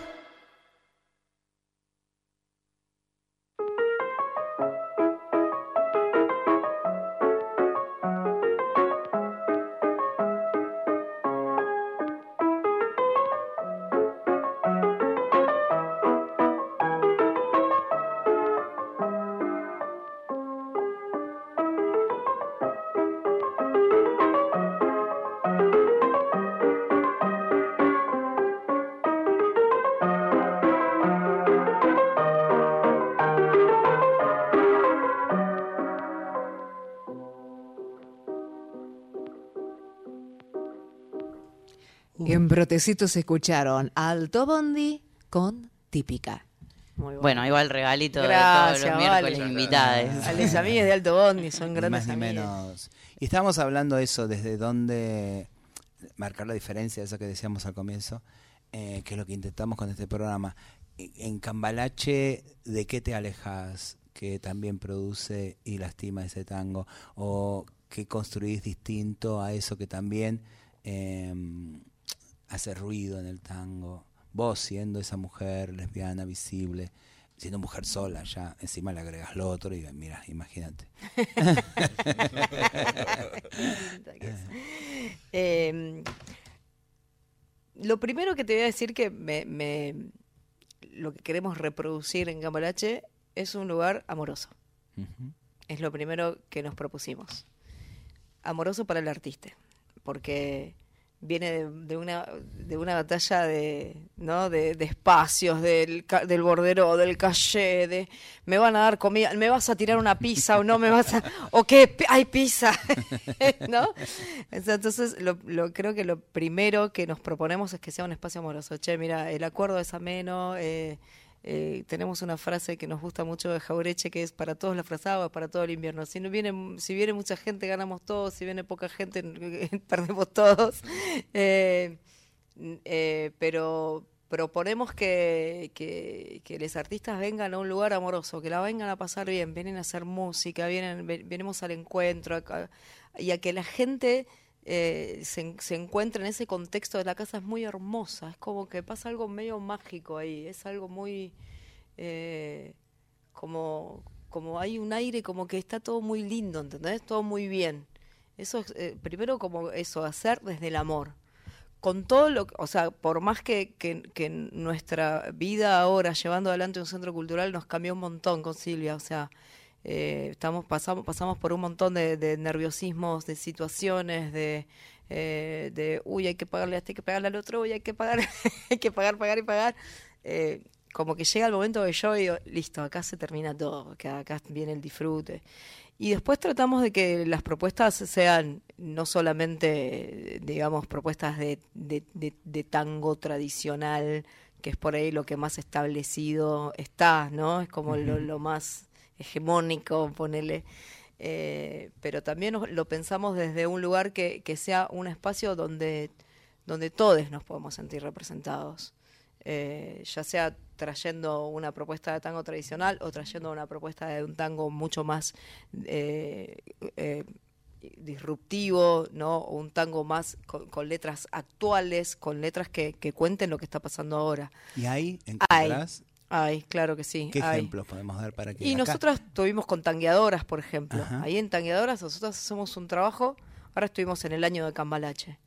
Y en Brotecitos escucharon Alto Bondi con Típica. Muy bueno. Bueno, ahí va el regalito Gracias, de todos los vale. miércoles invitados. A las amigas de Alto Bondi son Ni grandes más ni amigas. menos. Y estábamos hablando de eso, desde dónde marcar la diferencia, eso que decíamos al comienzo, eh, que es lo que intentamos con este programa. En Cambalache, ¿de qué te alejas que también produce y lastima ese tango? ¿O qué construís distinto a eso que también eh, hace ruido en el tango? Vos siendo esa mujer lesbiana, visible, siendo mujer sola, ya encima le agregas lo otro y mira, imagínate. eh, lo primero que te voy a decir que me, me lo que queremos reproducir en Cambalache es un lugar amoroso. Uh-huh. Es lo primero que nos propusimos. Amoroso para el artista, porque viene de, de una de una batalla de no de, de espacios, del del bordero, del calle, de me van a dar comida, me vas a tirar una pizza o no me vas a o qué hay pizza, ¿no? Entonces lo, lo creo que lo primero que nos proponemos es que sea un espacio amoroso. Che, mira, el acuerdo es ameno. eh, Eh, tenemos una frase que nos gusta mucho de Jaureche, que es para todos la frazada, para todo el invierno. Si no viene, si viene mucha gente, ganamos todos. Si viene poca gente, perdemos todos. Eh, eh, pero proponemos que, que, que los artistas vengan a un lugar amoroso, que la vengan a pasar bien, vienen a hacer música, vienen, venimos al encuentro a, y a que la gente eh, se, se encuentre en ese contexto de la casa. Es muy hermosa, es como que pasa algo medio mágico ahí, es algo muy eh, como, como hay un aire como que está todo muy lindo, ¿entendés? Todo muy bien. Eso es, eh, primero como eso, hacer desde el amor. Con todo lo, o sea, por más que, que, que nuestra vida ahora llevando adelante un centro cultural nos cambió un montón con Silvia, o sea, eh, estamos pasamos pasamos por un montón de, de nerviosismos, de situaciones, de eh, de uy hay que pagarle a este, hay que pagarle al otro, uy hay que pagar, hay que pagar, pagar y pagar. Eh, como que llega el momento que yo digo, listo, acá se termina todo, que acá viene el disfrute. Y después tratamos de que las propuestas sean no solamente, digamos, propuestas de, de, de, de tango tradicional, que es por ahí lo que más establecido está, ¿no? Es como uh-huh. lo, lo más hegemónico, ponele. eh, pero también nos- lo pensamos desde un lugar que, que sea un espacio donde, donde todos nos podemos sentir representados. Eh, ya sea trayendo una propuesta de tango tradicional o trayendo una propuesta de un tango mucho más eh, eh, disruptivo, ¿no? O un tango más con, con letras actuales, con letras que, que cuenten lo que está pasando ahora. ¿Y ahí Hay, encontrás hay, claro que sí. qué hay. ejemplos podemos dar para que Y acá- nosotras estuvimos con tangueadoras, por ejemplo. Ajá. Ahí en tangueadoras nosotros hacemos un trabajo, ahora estuvimos en el año de Cambalache.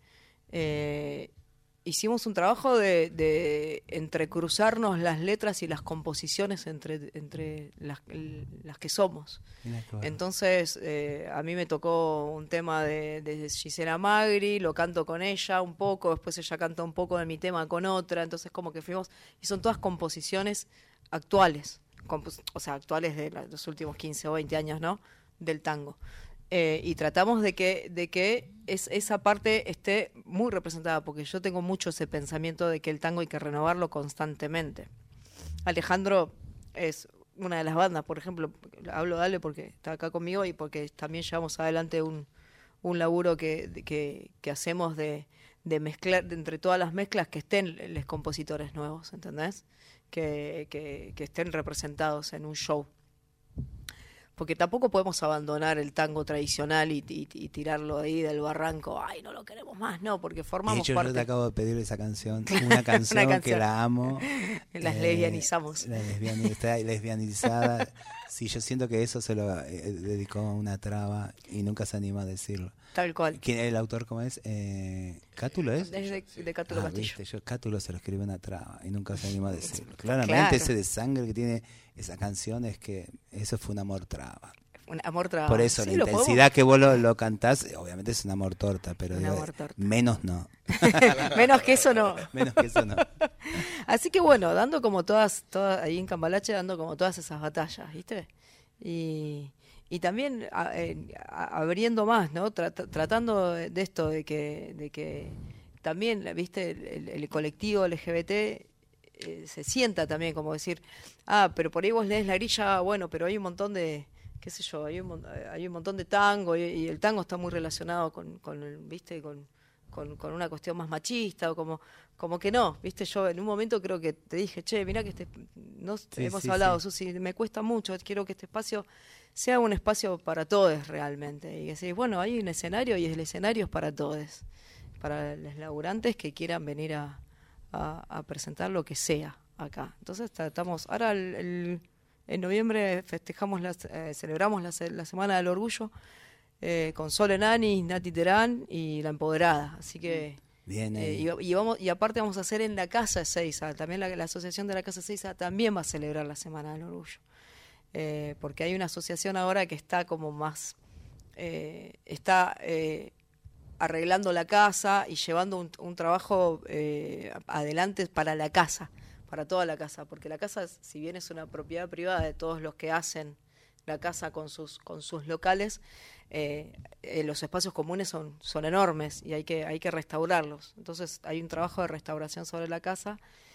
Eh, hicimos un trabajo de, de entrecruzarnos las letras y las composiciones entre, entre las, las que somos. Mirá qué bueno. Entonces, eh, a mí me tocó un tema de, de Gisela Magri, lo canto con ella un poco, después ella canta un poco de mi tema con otra, entonces como que fuimos, y son todas composiciones actuales, compos- o sea, actuales de la- los últimos quince o veinte años, ¿no? Del tango. Eh, y tratamos de que, de que es, esa parte esté muy representada, porque yo tengo mucho ese pensamiento de que el tango hay que renovarlo constantemente. Alejandro es una de las bandas, por ejemplo, hablo de Ale porque está acá conmigo y porque también llevamos adelante un, un laburo que, de- que, que hacemos de, de mezclar, de entre todas las mezclas que estén los compositores nuevos, ¿entendés? Que, que, que estén representados en un show. Porque tampoco podemos abandonar el tango tradicional y, y- y tirarlo ahí del barranco, ay, no lo queremos más, no, porque De formamos hecho, yo parte. te acabo de pedir esa canción, una canción, que canción. la amo. Las eh, lesbianizamos. La lesbiani- está lesbianizada. Sí, yo siento que eso se lo eh, dedicó a una traba y nunca se anima a decirlo. Tal cual. ¿Quién el autor cómo es? Eh, ¿Cátulo es? Es de, de Cátulo Ah, Castillo. viste, yo Cátulo se lo escribe una traba y nunca se anima a decirlo. Claramente Claro. ese de sangre que tiene esa canción es que eso fue un amor traba. Un amor traba. Por eso Sí, la lo intensidad que vos lo, lo cantás, obviamente es un amor torta, pero Un digo, amor torta. menos no. podemos- Menos que eso no. Menos que eso no. Así que bueno, dando como todas, todas ahí en Cambalache, dando como todas esas batallas, ¿viste? Y, y también a- eh, a- abriendo más, ¿no? Trat- tratando de de esto, de que, de que también, ¿viste? El, el colectivo L G B T eh, se sienta también como decir, ah, pero por ahí vos lees la grilla, bueno, pero hay un montón de, qué sé yo, hay un, mon- hay un montón de tango y, y el tango está muy relacionado con, con el, ¿viste? Con, con, con una cuestión más machista o como como que no, viste, yo en un momento creo que te dije, che, mira que este, no Sí, hemos sí, hablado, sí. Susi, me cuesta mucho, quiero que este espacio sea un espacio para todos realmente. Y decís, bueno, hay un escenario y el escenario es para todos, para los laburantes que quieran venir a, a, a presentar lo que sea acá. Entonces tratamos, ahora el, el- en noviembre festejamos, las, eh, celebramos la, se- la Semana del Orgullo eh, con Sole Nani, Nati Terán y La Empoderada, así que... Bien Eh, ahí. y, y vamos, y aparte vamos a hacer en la Casa Ezeiza, también la, la asociación de la Casa Ezeiza también va a celebrar la Semana del Orgullo, Eh, porque hay una asociación ahora que está como más, eh, está eh, arreglando la casa y llevando un, un trabajo eh, adelante para la casa, para toda la casa, porque la casa, si bien es una propiedad privada de todos los que hacen la casa con sus, con sus locales, eh, eh, los espacios comunes son, son enormes y hay que, hay que restaurarlos. Entonces hay un trabajo de restauración sobre la casa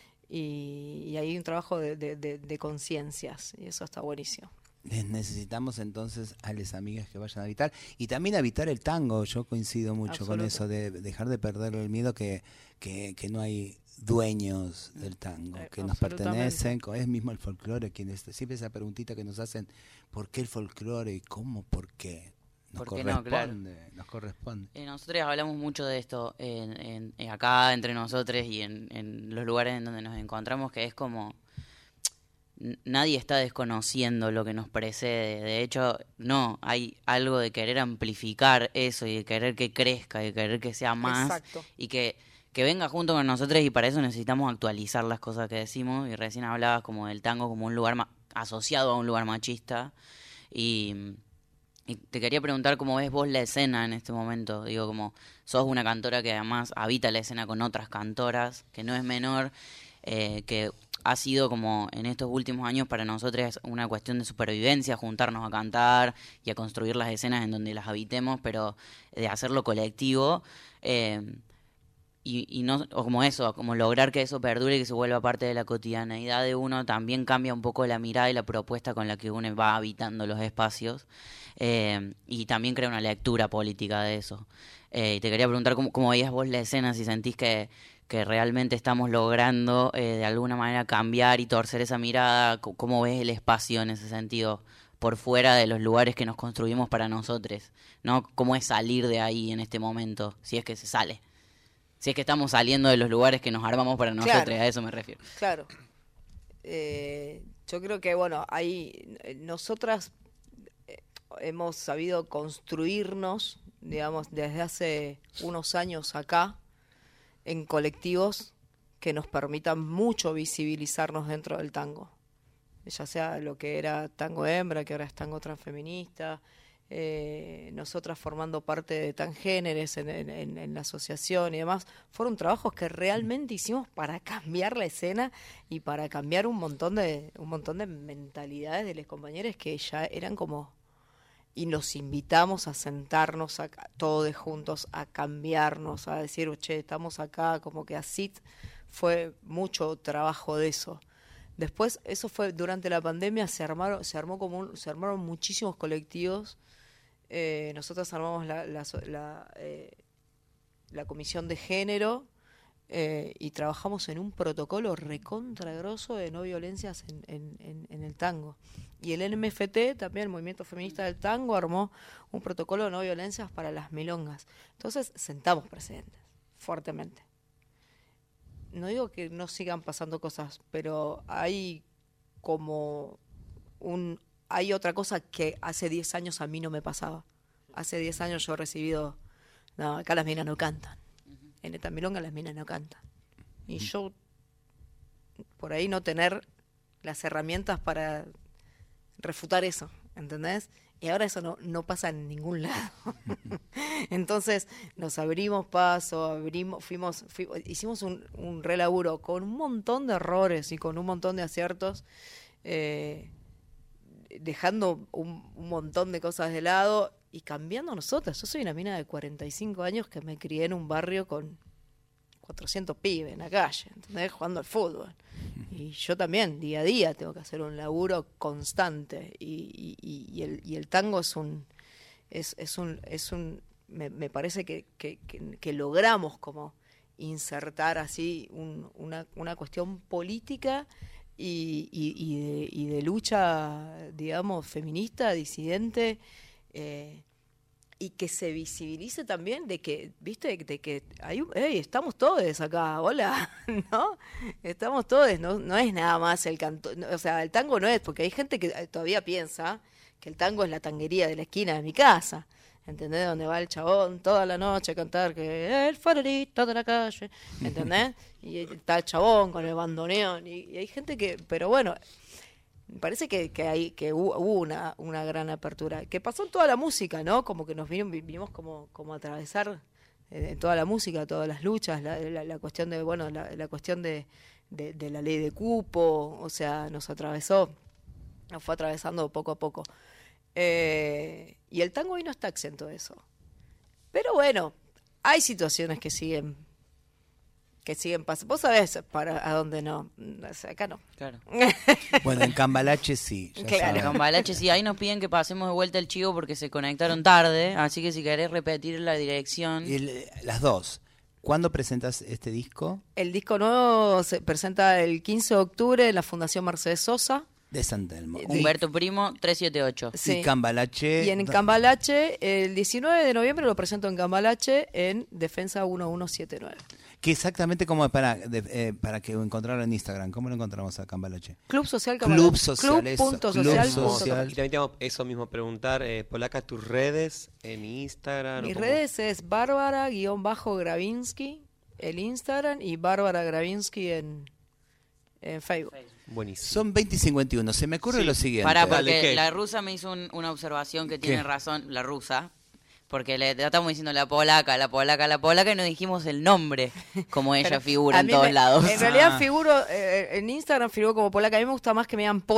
y, y hay un trabajo de, de, de, de conciencias y eso está buenísimo. Les necesitamos entonces a las amigas que vayan a habitar y también habitar el tango. Yo coincido mucho con Absoluto. eso de dejar de perder el miedo que, que, que no hay dueños del tango, Eh, que nos absolutamente. pertenecen, co- es mismo el folclore, quienes siempre esa preguntita que nos hacen, ¿por qué el folclore y cómo, por qué? Nos ¿Por qué no? corresponde, Claro. nos corresponde. Eh, nosotros hablamos mucho de esto en, en- en acá entre nosotros y en, en los lugares en donde nos encontramos, que es como n- nadie está desconociendo lo que nos precede. De hecho, no, hay algo de querer amplificar eso y de querer que crezca y de querer que sea más Exacto. y que, que venga junto con nosotros y para eso necesitamos actualizar las cosas que decimos. Y recién hablabas como del tango como un lugar ma- asociado a un lugar machista y... Y te quería preguntar cómo ves vos la escena en este momento. Digo, como sos una cantora que además habita la escena con otras cantoras, que no es menor, eh, que ha sido como en estos últimos años para nosotros una cuestión de supervivencia, juntarnos a cantar y a construir las escenas en donde las habitemos, pero de hacerlo colectivo. Eh, y, y no, o como eso, como lograr que eso perdure y que se vuelva parte de la cotidianeidad de uno, también cambia un poco la mirada y la propuesta con la que uno va habitando los espacios, eh, y también crea una lectura política de eso. Eh, y te quería preguntar cómo, cómo veías vos la escena, si sentís que, que realmente estamos logrando eh, de alguna manera cambiar y torcer esa mirada, cómo ves el espacio en ese sentido, por fuera de los lugares que nos construimos para nosotros, ¿no? ¿Cómo es salir de ahí en este momento, si es que se sale? Si es que estamos saliendo de los lugares que nos armamos para nosotros, Claro. a eso me refiero. Claro. Eh, yo creo que, bueno, ahí eh, nosotras eh, hemos sabido construirnos, digamos, desde hace unos años acá, en colectivos que nos permitan mucho visibilizarnos dentro del tango. Ya sea lo que era tango hembra, que ahora es tango transfeminista, eh, nosotras formando parte de Tangéneres en, en, en la asociación y demás, fueron trabajos que realmente hicimos para cambiar la escena y para cambiar un montón de un montón de mentalidades de los compañeros que ya eran como, y nos invitamos a sentarnos a, todos juntos a cambiarnos, a decir, che, estamos acá, como que así fue mucho trabajo de eso. Después, eso fue durante la pandemia, se armaron, se armó como un, se armaron muchísimos colectivos. Eh, nosotros armamos la, la, la, eh, la comisión de género eh, y trabajamos en un protocolo recontragroso de no violencias en, en, en, en el tango. Y el N M F T, también el Movimiento Feminista del Tango, armó un protocolo de no violencias para las milongas. Entonces, sentamos precedentes, fuertemente. No digo que no sigan pasando cosas, pero hay como un... Hay otra cosa que hace diez años a mí no me pasaba. Hace diez años yo he recibido... No, acá las minas no cantan. En esta milonga las minas no cantan. Y yo, por ahí no tener las herramientas para refutar eso, ¿entendés? Y ahora eso no, no pasa en ningún lado. Entonces nos abrimos paso, abrimos, fuimos, fuimos hicimos un, un relaburo con un montón de errores y con un montón de aciertos, eh, dejando un, un montón de cosas de lado y cambiando nosotras. Yo soy una mina de cuarenta y cinco años que me crié en un barrio con cuatrocientos pibes en la calle, ¿entendés? Jugando al fútbol. Y yo también, día a día, tengo que hacer un laburo constante. Y, y, y, el, y el tango es un... es, es un, es un me, me parece que, que, que, que logramos como insertar así un, una, una cuestión política y, y, y, de, y de lucha, digamos, feminista, disidente, eh, y que se visibilice también de que, viste, de que hay, hey, estamos todos acá, hola, ¿no? Estamos todos, no, no es nada más el canto, o sea, el tango no es, porque hay gente que todavía piensa que el tango es la tanguería de la esquina de mi casa, ¿entendés? Donde va el chabón toda la noche a cantar que el farolito de la calle, ¿entendés? Y está el chabón con el bandoneón, y, y hay gente que, pero bueno... Me parece que, que, hay, que hubo una, una gran apertura. Que pasó en toda la música, ¿no? Como que nos vimos, vimos como, como atravesar eh, en toda la música, todas las luchas, la, la, la cuestión de, bueno, la, la cuestión de, de, de la ley de cupo, o sea, nos atravesó, nos fue atravesando poco a poco. Eh, y el tango hoy no está exento de eso. Pero bueno, hay situaciones que siguen... que siguen pasando. Vos sabés para a dónde no. Acá no. Claro. Bueno, en Cambalache sí. Ya Claro. En Cambalache sí, ahí nos piden que pasemos de vuelta el chivo porque se conectaron tarde, así que si querés repetir la dirección. El, las dos. ¿Cuándo presentas este disco? El disco nuevo se presenta el quince de octubre en la Fundación Mercedes Sosa. De San Telmo. Humberto Primo, trescientos setenta y ocho. Sí. Y Cambalache. Y en Cambalache, el diecinueve de noviembre lo presento en Cambalache en Defensa mil ciento setenta y nueve. ¿Qué exactamente como para, de, eh, para que encontrarlo en Instagram? ¿Cómo lo encontramos a Cambalache? Club Social Cambalache. Club Social, eso. Club. Club Social. Social. Y también te hago eso mismo preguntar, eh, Polaca, tus redes en Instagram. Mis ¿o cómo? redes es Bárbara-Gravinsky, el Instagram, y Bárbara Gravinsky en, en Facebook. Buenísimo. Son veinte y cincuenta y uno. Se me ocurre Sí. lo siguiente. Pará, Dale, porque ¿qué? la rusa me hizo un- una observación que tiene ¿Qué? razón, la rusa, porque le estamos diciendo la polaca, la polaca, la polaca, y no dijimos el nombre, como ella Pero figura a en mí todos me- lados. En realidad Ah. figuro, eh, en Instagram figuro como Polaca. A mí me gusta más que me digan Pola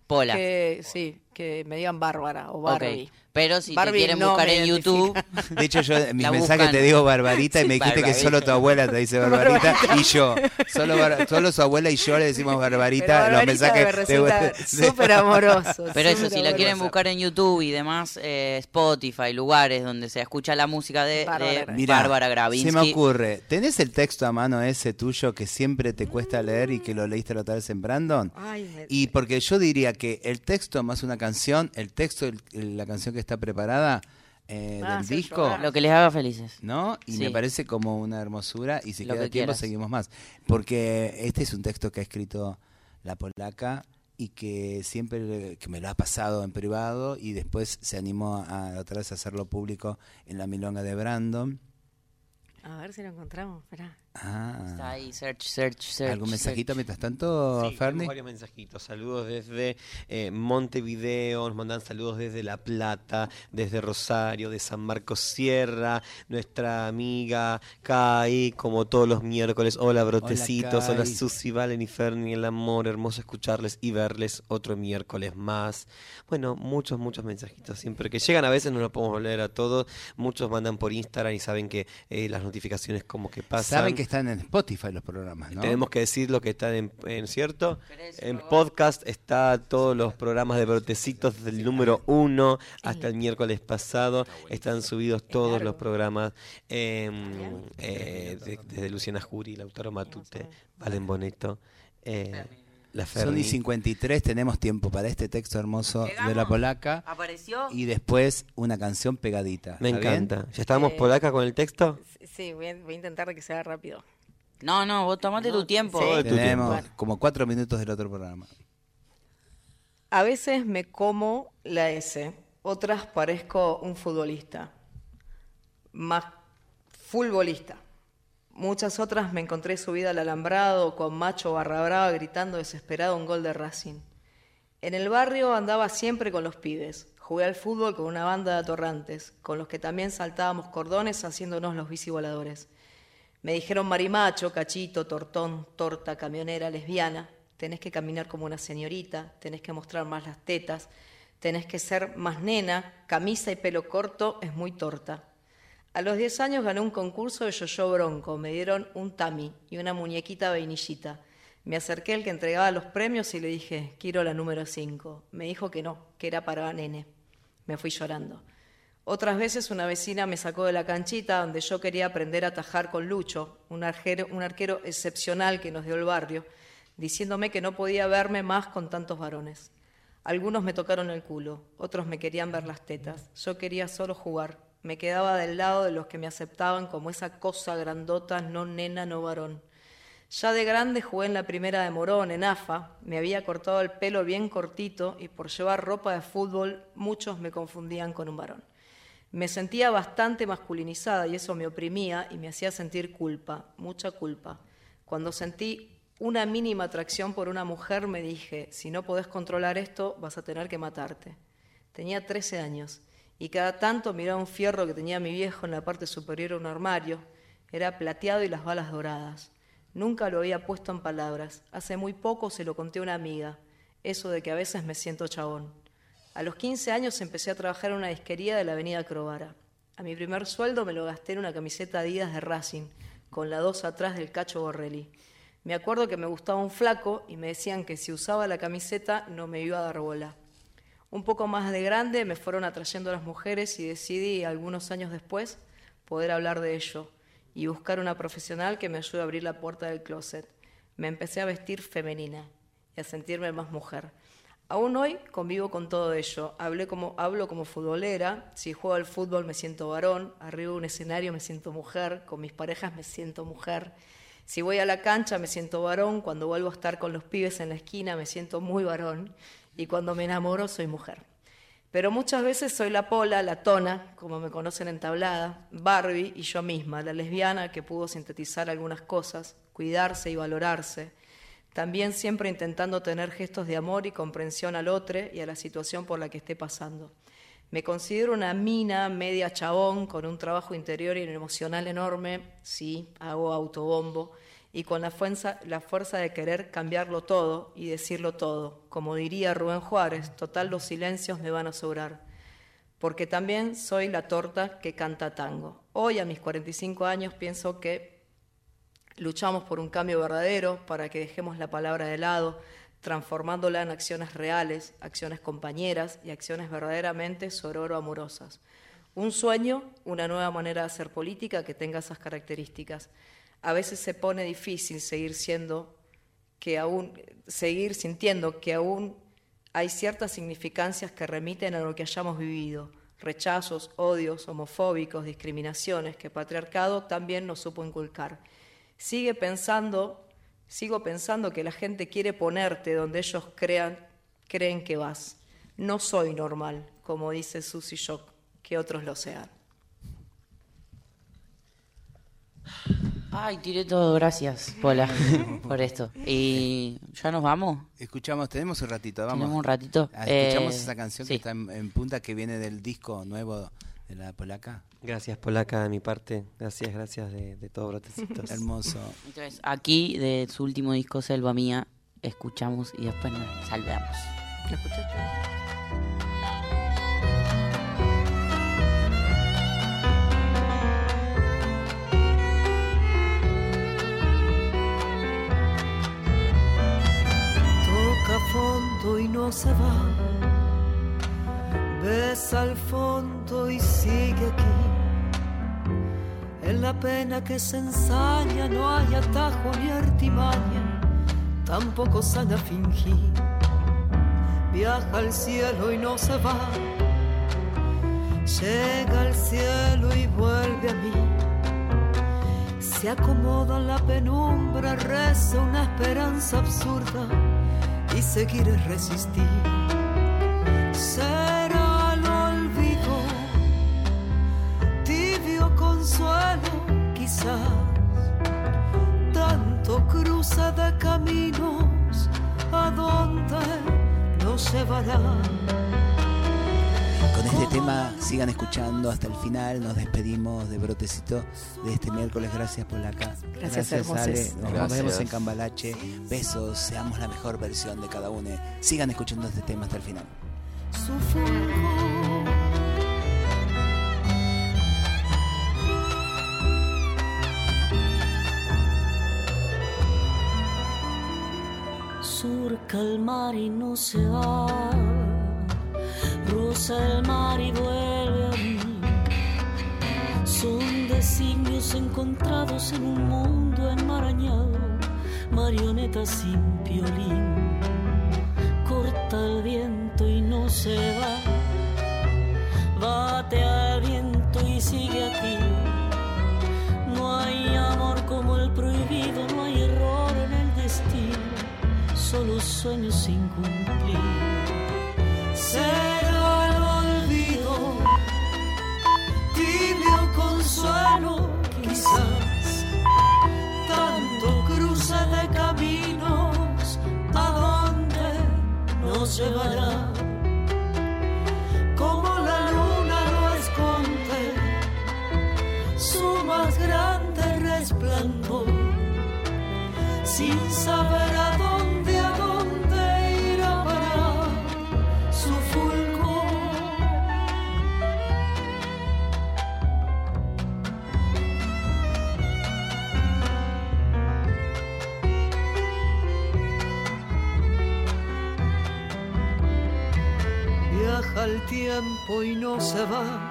Pola. Que, sí, que me digan Bárbara o Barbie. Ok. Pero si Barbie te quieren no buscar me en identifica. YouTube, De hecho, yo en mis La mensajes buscan. te digo Barbarita y me dijiste que Barbarita. solo tu abuela te dice Barbarita y yo. Solo, bar- solo su abuela y yo le decimos Barbarita. Pero Los Barbarita mensajes me resulta de- súper amoroso. pero eso, súper si la quieren amoroso. buscar en YouTube y demás, eh, Spotify, lugares donde se escucha la música de, de Bárbara. Mirá, Bárbara Gravinsky. se me ocurre, ¿tenés el texto a mano ese tuyo que siempre te cuesta leer y que lo leíste la otra vez en Brandon? Ay, me- Y porque yo diría que el texto más una canción, el texto, el- el- la canción que está preparada eh, Ah, del sí, disco, llorar. Lo que les haga felices. ¿no? Y Sí. me parece como una hermosura y si Lo queda que tiempo quieras. seguimos más. Porque este es un texto que ha escrito la polaca y que siempre que me lo ha pasado en privado y después se animó a otra vez a hacerlo público en la milonga de Brandon. A ver si lo encontramos. Esperá. Ah. Está ahí, search, search, search. ¿Algún mensajito search. mientras tanto, Sí, Ferni? tenemos varios mensajitos. Saludos desde eh, Montevideo, nos mandan saludos desde La Plata, desde Rosario, de San Marcos Sierra, nuestra amiga Kai, como todos los miércoles. Hola, brotecitos. Hola, Hola, Kai. Susi, Valen y Ferni, el amor. Hermoso escucharles y verles otro miércoles más. Bueno, muchos, muchos mensajitos. Siempre que llegan, a veces no los podemos leer a todos. Muchos mandan por Instagram y saben que eh, las notificaciones como que pasan. Saben que están en Spotify los programas, ¿no? Tenemos que decir lo que está en, en cierto. En podcast está todos los programas de brotecitos del número uno hasta el miércoles pasado. Están subidos todos los programas eh, eh, de- desde Luciana Jury, Lautaro Matute, Valen Boneto, eh, La Son y Ferni. cincuenta y tres, tenemos tiempo para este texto hermoso de la ¿Llegamos? polaca ¿Apareció? y después una canción pegadita. Me ¿Está bien? encanta. ¿Ya estábamos Eh, polaca con el texto? Sí, voy a, voy a intentar de que sea rápido. No, no, vos tomate tu tiempo. sí. Todo tu Tenemos tiempo. como cuatro minutos del otro programa. A veces me como la S, otras parezco un futbolista, más futbolista. Muchas otras me encontré subida al alambrado con macho barra brava gritando desesperado un gol de Racing. En el barrio andaba siempre con los pibes. Jugué al fútbol con una banda de atorrantes, con los que también saltábamos cordones haciéndonos los bicivoladores. Me dijeron marimacho, cachito, tortón, torta, camionera, lesbiana. Tenés que caminar como una señorita, tenés que mostrar más las tetas, tenés que ser más nena, camisa y pelo corto es muy torta. A los diez años gané un concurso de yo-yo bronco, me dieron un tami y una muñequita vainillita. Me acerqué al que entregaba los premios y le dije, quiero la número cinco. Me dijo que no, que era para nene. Me fui llorando. Otras veces una vecina me sacó de la canchita donde yo quería aprender a atajar con Lucho, un arquero, un arquero excepcional que nos dio el barrio, diciéndome que no podía verme más con tantos varones. Algunos me tocaron el culo, otros me querían ver las tetas. Yo quería solo jugar. Me quedaba del lado de los que me aceptaban como esa cosa grandota, no nena, no varón. Ya de grande jugué en la primera de Morón, en A F A. Me había cortado el pelo bien cortito y por llevar ropa de fútbol muchos me confundían con un varón. Me sentía bastante masculinizada y eso me oprimía y me hacía sentir culpa, mucha culpa. Cuando sentí una mínima atracción por una mujer me dije, si no podés controlar esto, vas a tener que matarte. Tenía trece años y cada tanto miraba un fierro que tenía mi viejo en la parte superior de un armario. Era plateado y las balas doradas. Nunca lo había puesto en palabras. Hace muy poco se lo conté a una amiga, eso de que a veces me siento chabón. A los quince años empecé a trabajar en una disquería de la avenida Crovara. A mi primer sueldo me lo gasté en una camiseta Adidas de Racing, con la dos atrás del Cacho Borrelli. Me acuerdo que me gustaba un flaco y me decían que si usaba la camiseta no me iba a dar bola. Un poco más de grande me fueron atrayendo las mujeres y decidí, algunos años después, poder hablar de ello y buscar una profesional que me ayude a abrir la puerta del closet. Me empecé a vestir femenina y a sentirme más mujer. Aún hoy convivo con todo ello. Hablé como, hablo como futbolera. Si juego al fútbol me siento varón. Arriba de un escenario me siento mujer. Con mis parejas me siento mujer. Si voy a la cancha me siento varón. Cuando vuelvo a estar con los pibes en la esquina me siento muy varón. Y cuando me enamoro soy mujer. Pero muchas veces soy la pola, la tona, como me conocen en Tablada, Barbie y yo misma, la lesbiana que pudo sintetizar algunas cosas, cuidarse y valorarse. También siempre intentando tener gestos de amor y comprensión al otro y a la situación por la que esté pasando. Me considero una mina media chabón con un trabajo interior y emocional enorme, sí, hago autobombo, y con la fuerza, la fuerza de querer cambiarlo todo y decirlo todo. Como diría Rubén Juárez, total los silencios me van a sobrar, porque también soy la torta que canta tango. Hoy, a mis cuarenta y cinco años, pienso que luchamos por un cambio verdadero, para que dejemos la palabra de lado, transformándola en acciones reales, acciones compañeras y acciones verdaderamente sororo-amorosas. Un sueño, una nueva manera de hacer política que tenga esas características. A veces se pone difícil seguir siendo, que aún, seguir sintiendo que aún hay ciertas significancias que remiten a lo que hayamos vivido, rechazos, odios, homofóbicos, discriminaciones que el patriarcado también nos supo inculcar. Sigue pensando, sigo pensando que la gente quiere ponerte donde ellos crean, creen que vas. No soy normal, como dice Susy Shock, que otros lo sean. Ay, tiré todo, gracias, Pola, por esto. ¿Y ya nos vamos? Escuchamos, tenemos un ratito, vamos. Tenemos un ratito. Ah, escuchamos Eh, esa canción sí. que está en, en punta, que viene del disco nuevo de la polaca. Gracias, Polaca, de mi parte. Gracias, gracias de, de todo, Brotecitos. Hermoso. Entonces, aquí, de su último disco, Selva Mía, escuchamos y después nos salveamos. ¿Lo escuchaste? Toca fondo y no se va, besa al fondo y sigue aquí. En la pena que se ensaña no hay atajo ni artimaña, tampoco sana fingir. Viaja al cielo y no se va, llega al cielo y vuelve a mí. Se acomoda en la penumbra, reza una esperanza absurda y seguir es resistir. Será el olvido, tibio consuelo quizás, tanto cruce de caminos, ¿a dónde nos llevará? Con este tema sigan escuchando hasta el final. Nos despedimos de Brotecito de este miércoles. Gracias, Polaca. Gracias, Ale. hermoses. Nos Gracias. vemos en Cambalache. Besos, seamos la mejor versión de cada uno. Sigan escuchando este tema hasta el final. Su fulgor. Surca el mar y no se va, roza el mar y vuelve a mí. Son designios encontrados en un mundo enmarañado, marionetas sin violín. Corta el viento y no se va, bate al viento y sigue aquí. No hay amor como el prohibido, no hay error en el destino, solo sueños sin cumplir. Será el olvido, tibio consuelo quizás, tanto cruce de caminos, ¿a dónde nos llevará? Como la luna no esconde su más grande resplandor, sin saber a dónde, a dónde irá a parar su fulgor. Viaja el tiempo y no se va,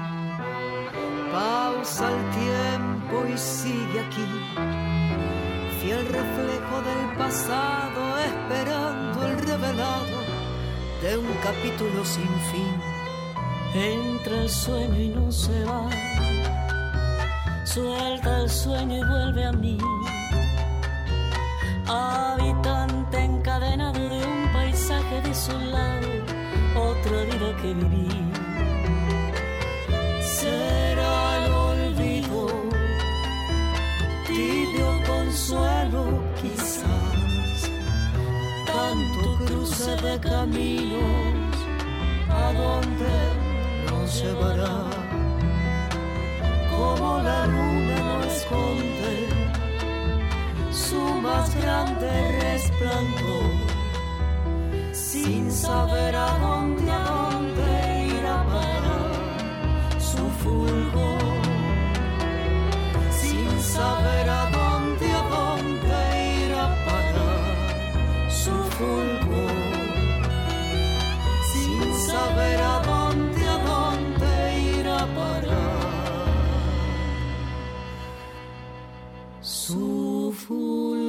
pausa el tiempo y sigue aquí. Fiel reflejo del pasado, esperando el revelado de un capítulo sin fin. Entra el sueño y no se va, suelta el sueño y vuelve a mí. Habitante encadenado de un paisaje desolado, otra vida que vivir. Será el olvido, tibio consuelo quizás, tanto cruce de caminos, ¿a dónde nos llevará? Como la luna no esconde más grande resplandor, sin saber a dónde, a dónde ir a parar su fulgor, sin saber a dónde, a dónde ir a parar su fulgor, sin saber a dónde, a dónde ir a parar su fulgor.